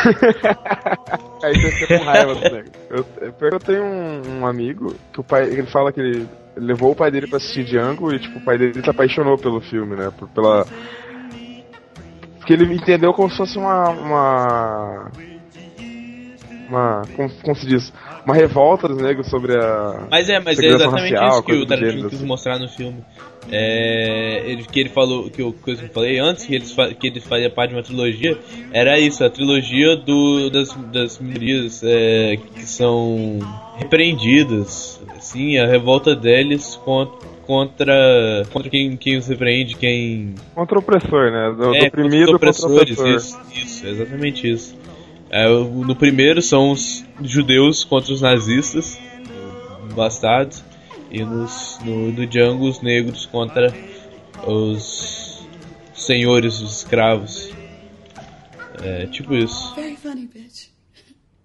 Aí você fica com raiva do negro. Eu, eu tenho um, um amigo que o pai, ele fala que ele levou o pai dele pra assistir Django e tipo, o pai dele se apaixonou pelo filme, né? Por, pela... que ele entendeu como se fosse uma uma uma como, como se diz, uma revolta dos negros sobre a mas é mas é exatamente racial, isso que o Tarantino quis mostrar no filme. É, ele, que ele falou, que eu, que eu falei antes, que ele, que ele fazia parte de uma trilogia, era isso, a trilogia do, das, das minorias é, que são repreendidas, assim, a revolta deles contra Contra, contra quem, quem os repreende, quem... Contra o opressor, né? Do, é, do oprimido contra os opressores, contra o isso, isso, exatamente isso. É, no primeiro são os judeus contra os nazistas, bastardos, e nos, no, no Django os negros contra os senhores, os escravos. É tipo isso. Very funny, bitch.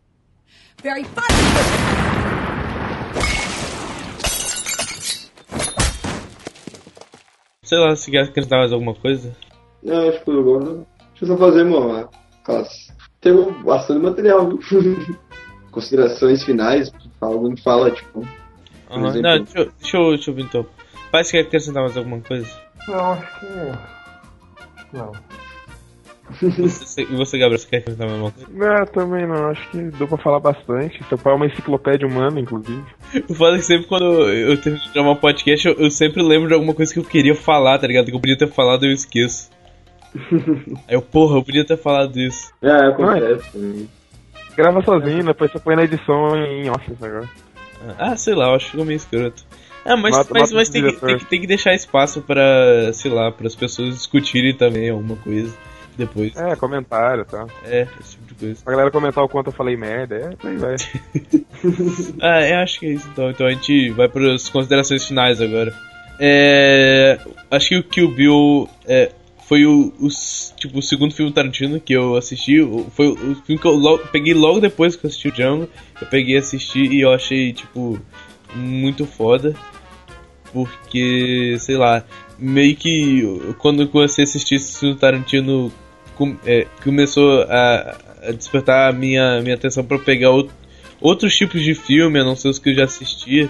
Very funny! sei lá, se quer acrescentar mais alguma coisa. Não, acho que por agora. Deixa eu só fazer uma classe. Tem bastante material, viu? Considerações finais, alguém fala, tipo. Uhum. exemplo, Não, deixa eu, deixa, eu, deixa eu ver então. Pai, você quer acrescentar mais alguma coisa? Não, acho que. Não. Você, e você, Gabriel, você quer acrescentar mais alguma coisa? É, também não, acho que deu pra falar bastante. Seu pai é uma enciclopédia humana, inclusive. Eu falo que sempre quando eu termino de gravar um podcast, eu, eu sempre lembro de alguma coisa que eu queria falar, tá ligado? Que eu podia ter falado e eu esqueço. Aí eu, porra, eu podia ter falado isso. É, acontece. Grava sozinho, depois você põe na edição em Office agora. Ah, sei lá, eu acho que ficou meio escroto. Ah, mas, Mata- mas, mata mas o tem, que, diretor. tem, que, tem que deixar espaço pra, sei lá, para as pessoas discutirem também alguma coisa depois. É, comentário e tal. É, esse tipo de coisa. Pra galera comentar o quanto eu falei merda, é, por aí vai. Ah, eu acho que é isso então. Então a gente vai para as considerações finais agora. É, acho que o Kill Bill é, foi o, o, tipo, o segundo filme Tarantino que eu assisti. Foi o filme que eu logo, peguei logo depois que eu assisti o Django. Eu peguei e assisti e eu achei, tipo, muito foda. Porque, sei lá, meio que quando eu comecei a assistir esse filme Tarantino, com, é, começou a, a despertar a minha, minha atenção pra pegar outro, outros tipos de filme, a não ser os que eu já assistia.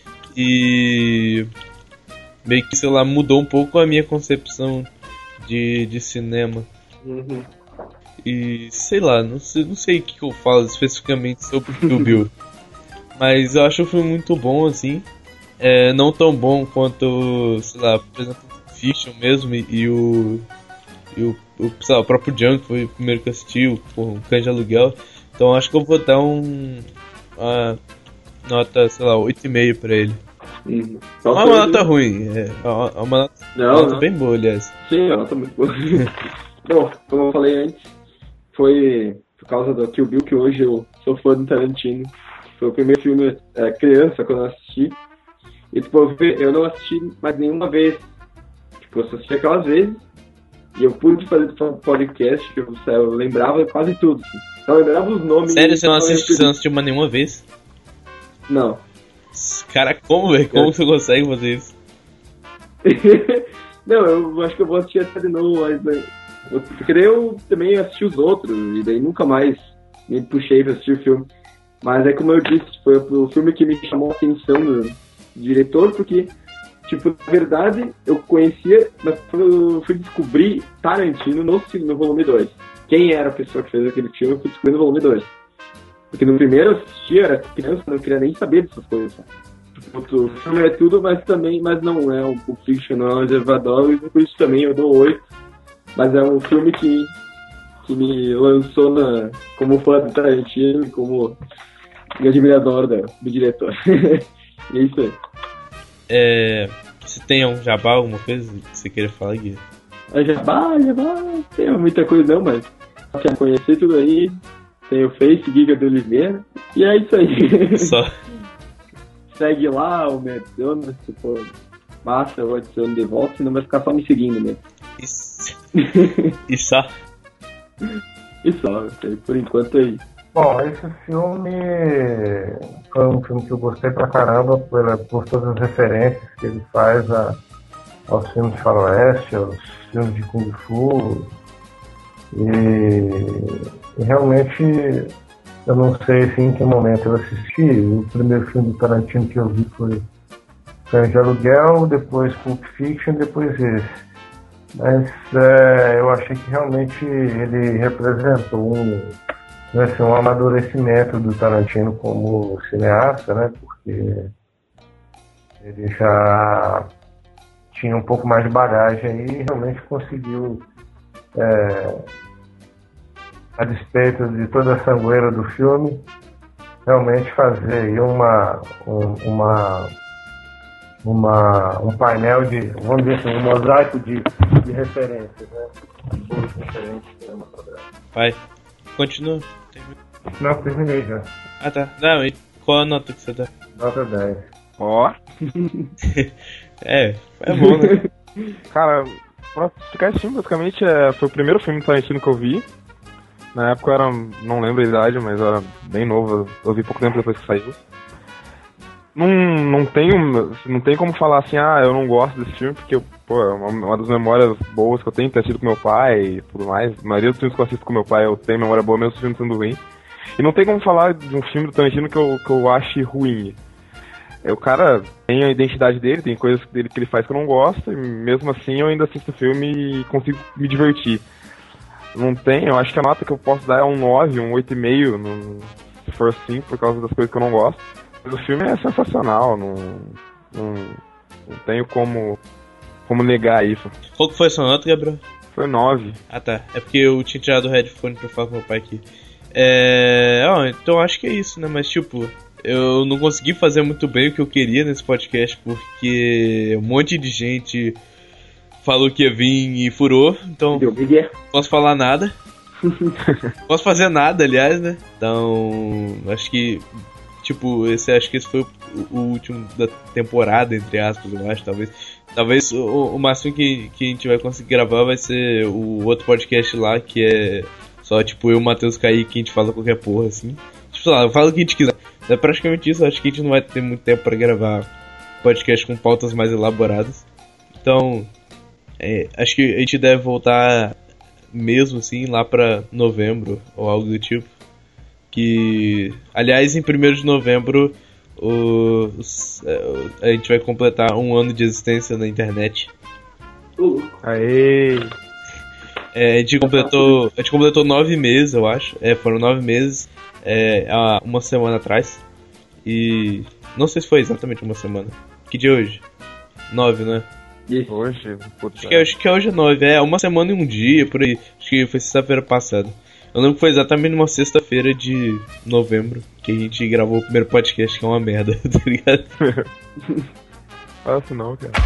E meio que, sei lá, mudou um pouco a minha concepção de, de cinema. Uhum. E sei lá, não sei, não sei o que, que eu falo especificamente sobre o Kill Bill. Mas eu acho o filme muito bom, assim. É, não tão bom quanto, sei lá, por exemplo, Fiction mesmo e, e o. E o, o, sei lá, o próprio Django, que foi o primeiro que eu assisti, o, o Cães de Aluguel. Então acho que eu vou dar um. Uma nota, sei lá, oito e meio pra ele. Uhum. Não é uma nota ruim, é uma, uma nota, Não, uma nota não. bem boa, aliás. Sim, ela tá muito boa. Bom, como eu falei antes, foi por causa do Kill Bill que hoje eu sou fã do Tarantino. Foi o primeiro filme é, criança quando eu assisti. E tipo, eu vi- eu não assisti mais nenhuma vez. Tipo, eu só assisti aquelas vezes. E eu pude fazer do podcast, que eu, eu lembrava quase tudo. Assim. Eu lembrava os nomes. Sério, você não só assistiu, você não assistiu mais nenhuma vez? Não. Cara, como, velho? Como você consegue fazer isso? Não, eu acho que eu vou assistir essa de novo, mas né, eu, porque daí eu também assisti os outros, e daí nunca mais me puxei pra assistir o filme. Mas é como eu disse, foi o filme que me chamou a atenção do diretor, porque, tipo, na verdade, eu conhecia, mas eu fui descobrir Tarantino no, no volume dois. Quem era a pessoa que fez aquele filme, eu fui descobrir no volume dois. Porque no primeiro eu assisti, eu era criança, não queria nem saber dessas coisas. O filme é tudo, mas também, mas não é um Pulp Fiction, não é um reservador, e por isso também eu dou oito. Mas é um filme que, que me lançou na, como fã do Tarantino, como admirador do, do diretor. E é isso aí. É, você tem um jabá, alguma coisa que você queira falar, Gui? A Jabá, Jabá, não tem muita coisa não, mas quer conhecer tudo aí, tem o Face, Giga do Oliveira, e é isso aí. Só. Segue lá, o me adiciona, se for massa, eu adiciono de volta, senão vai ficar só me seguindo mesmo. Isso. E só. E só, por enquanto é isso. Bom, esse filme foi um filme que eu gostei pra caramba por, por todas as referências que ele faz a, aos filmes de faroeste, aos filmes de Kung Fu. E, e realmente eu não sei assim, em que momento eu assisti. O primeiro filme do Tarantino que eu vi foi Cães de Aluguel, depois Pulp Fiction, depois esse. Mas é, eu achei que realmente ele representou um, assim, um amadurecimento do Tarantino como cineasta, né? Porque ele já tinha um pouco mais de bagagem aí e realmente conseguiu, é, a despeito de toda a sangueira do filme, realmente fazer aí uma, um, uma, uma, um painel de, vamos dizer assim, um mosaico de, de referências, né? De referências cinematográficas. Vai. Continua. Não, terminei já. Ah, tá. Não, e qual a nota que você dá? Nota dez. Ó. É, é bom, né? Cara, pra explicar esse filme, basicamente, é, foi o primeiro filme do Tarantino que eu vi. Na época eu era, não lembro a idade, mas eu era bem novo, eu vi pouco tempo depois que saiu. Não, não, tenho, não tem como falar assim, ah, eu não gosto desse filme, porque, pô, é uma, uma das memórias boas que eu tenho ter assistido com meu pai e tudo mais. A maioria dos filmes que eu assisto com meu pai eu tenho memória boa, mesmo os filmes sendo ruim. E não tem como falar de um filme do Tarantino que eu, que eu ache ruim. É, o cara tem a identidade dele, tem coisas dele que ele faz que eu não gosto, e mesmo assim eu ainda assisto o filme e consigo me divertir. Não tem, eu acho que a nota que eu posso dar é um nove, um oito vírgula cinco, se for assim, por causa das coisas que eu não gosto. Mas o filme é sensacional, não, não, não tenho como, como negar isso. Qual que foi a sua nota, Gabriel? Foi nove. Ah tá, é porque eu tinha tirado o headphone pra falar com meu pai aqui. É... Oh, então acho que é isso, né? Mas tipo, eu não consegui fazer muito bem o que eu queria nesse podcast, porque um monte de gente falou que ia vir e furou, então não posso falar nada. Posso fazer nada, aliás, né? Então, acho que tipo, esse acho que esse foi o, o último da temporada, entre aspas, eu acho, talvez. Talvez o, o máximo que, que a gente vai conseguir gravar vai ser o outro podcast lá, que é só tipo eu, o Matheus Kaique, que a gente fala qualquer porra, assim. Tipo, sei lá, fala o que a gente quiser. É praticamente isso, acho que a gente não vai ter muito tempo pra gravar podcast com pautas mais elaboradas. Então, é, acho que a gente deve voltar mesmo assim lá pra novembro ou algo do tipo. Que, aliás, em primeiro de novembro o, os, a gente vai completar um ano de existência na internet. Uh. Aê! É, a gente completou, a gente completou nove meses, eu acho. É, foram nove meses, é, há uma semana atrás. E não sei se foi exatamente uma semana. Que dia é hoje? Nove, né? Hoje? Puta. Acho que, acho que hoje é nove, é uma semana e um dia, por aí. Acho que foi sexta-feira passada. Eu lembro que foi exatamente numa sexta-feira de novembro que a gente gravou o primeiro podcast, que é uma merda, tá ligado? Fácil não, cara.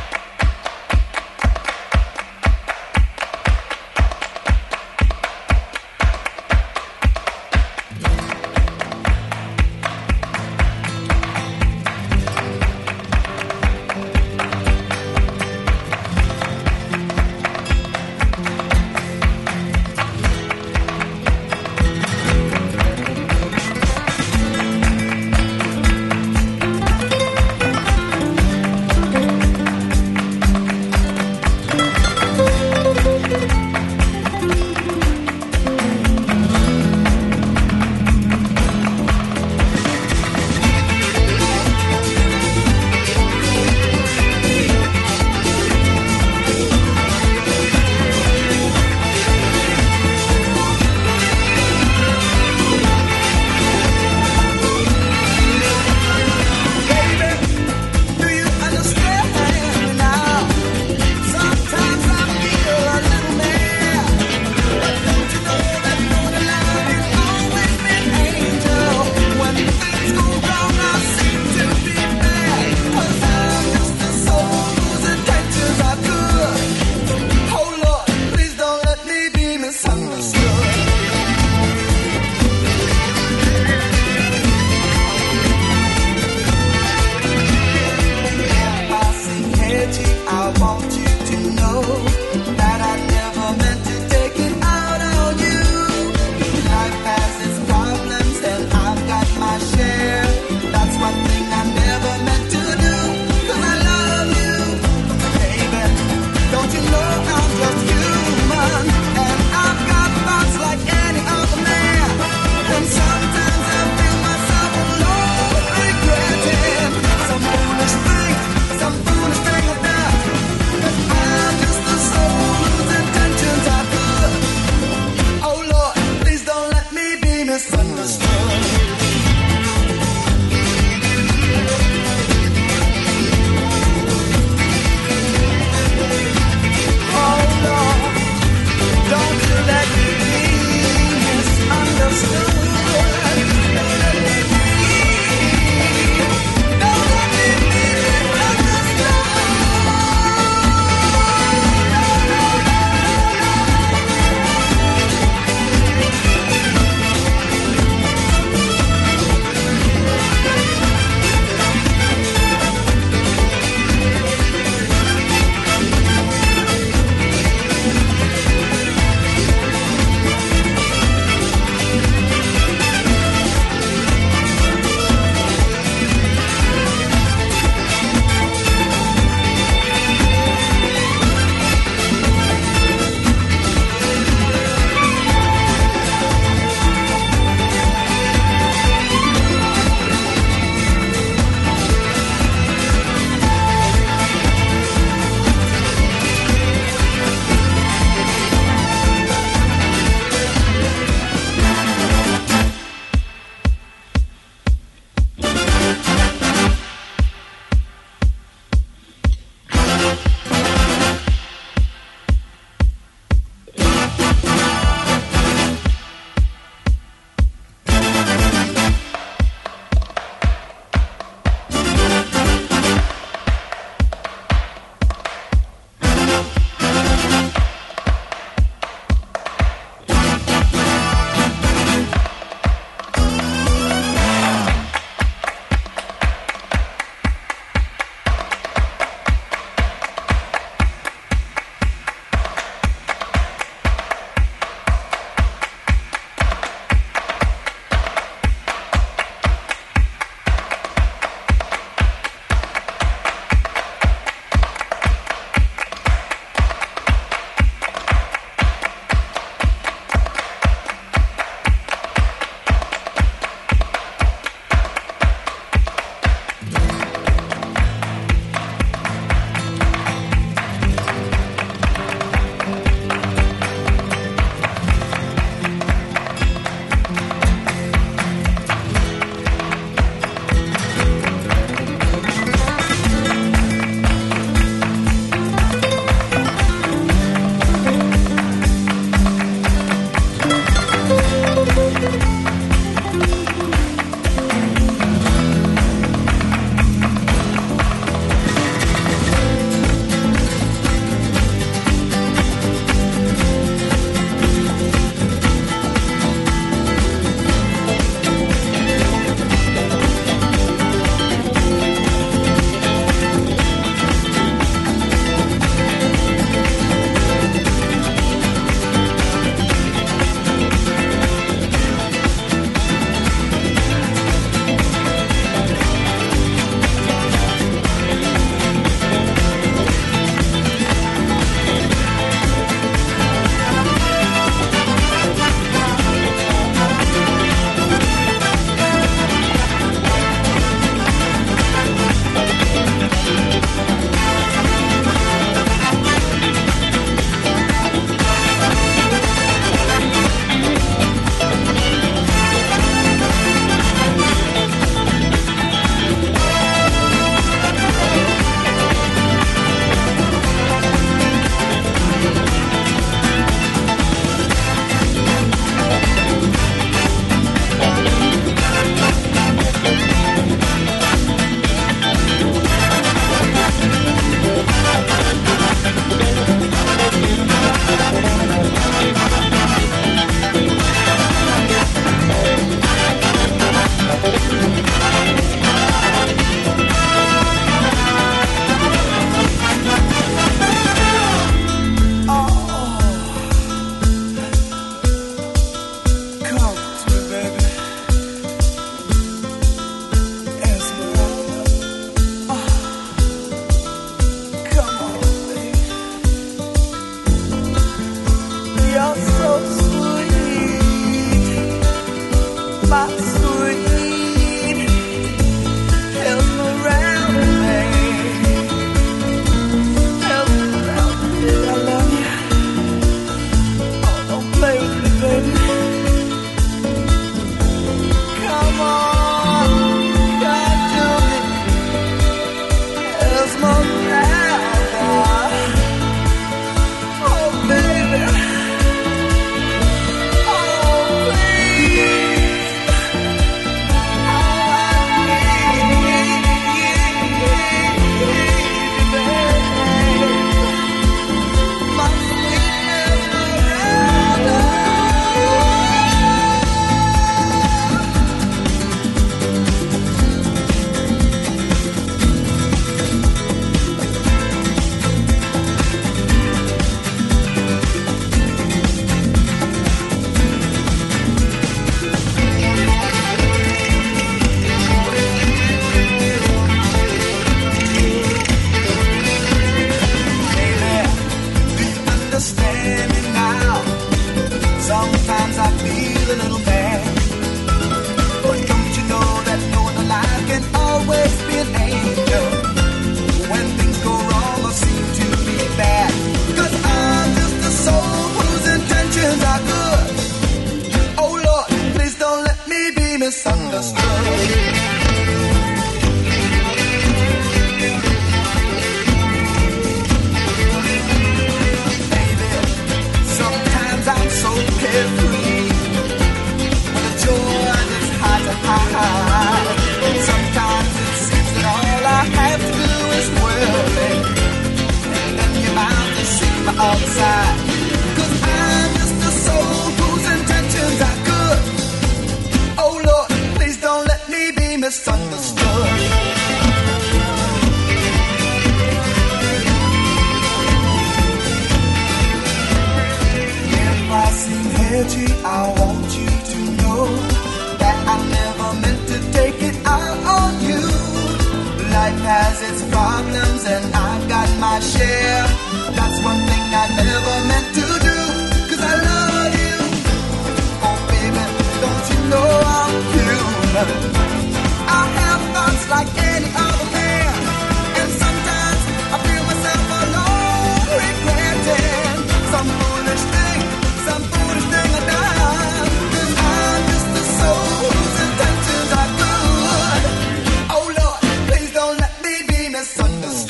has its problems and I've got my share. That's one thing I never meant to do, 'cause I love you. Oh baby, don't you know I'm human? I have thoughts like any other man, and sometimes I feel myself alone, regretting some foolish thing, some foolish thing I done. 'Cause I'm just a soul whose intentions are good. Oh Lord, please don't let me be misunderstood.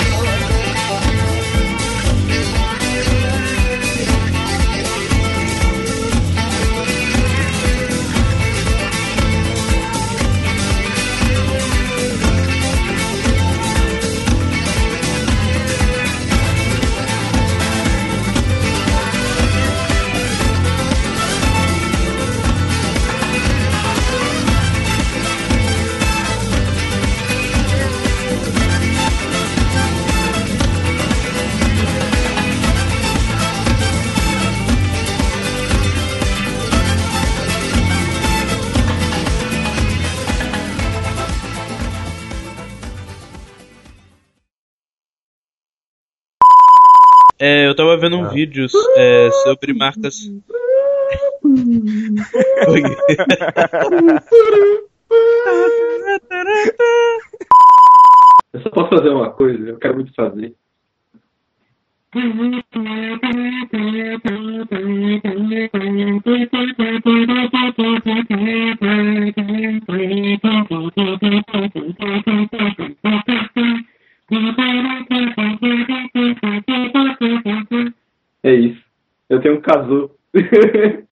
É, eu tava vendo um Ah. vídeo é, sobre marcas. Eu só posso fazer uma coisa, eu quero muito fazer. É isso. Eu tenho um kazoo.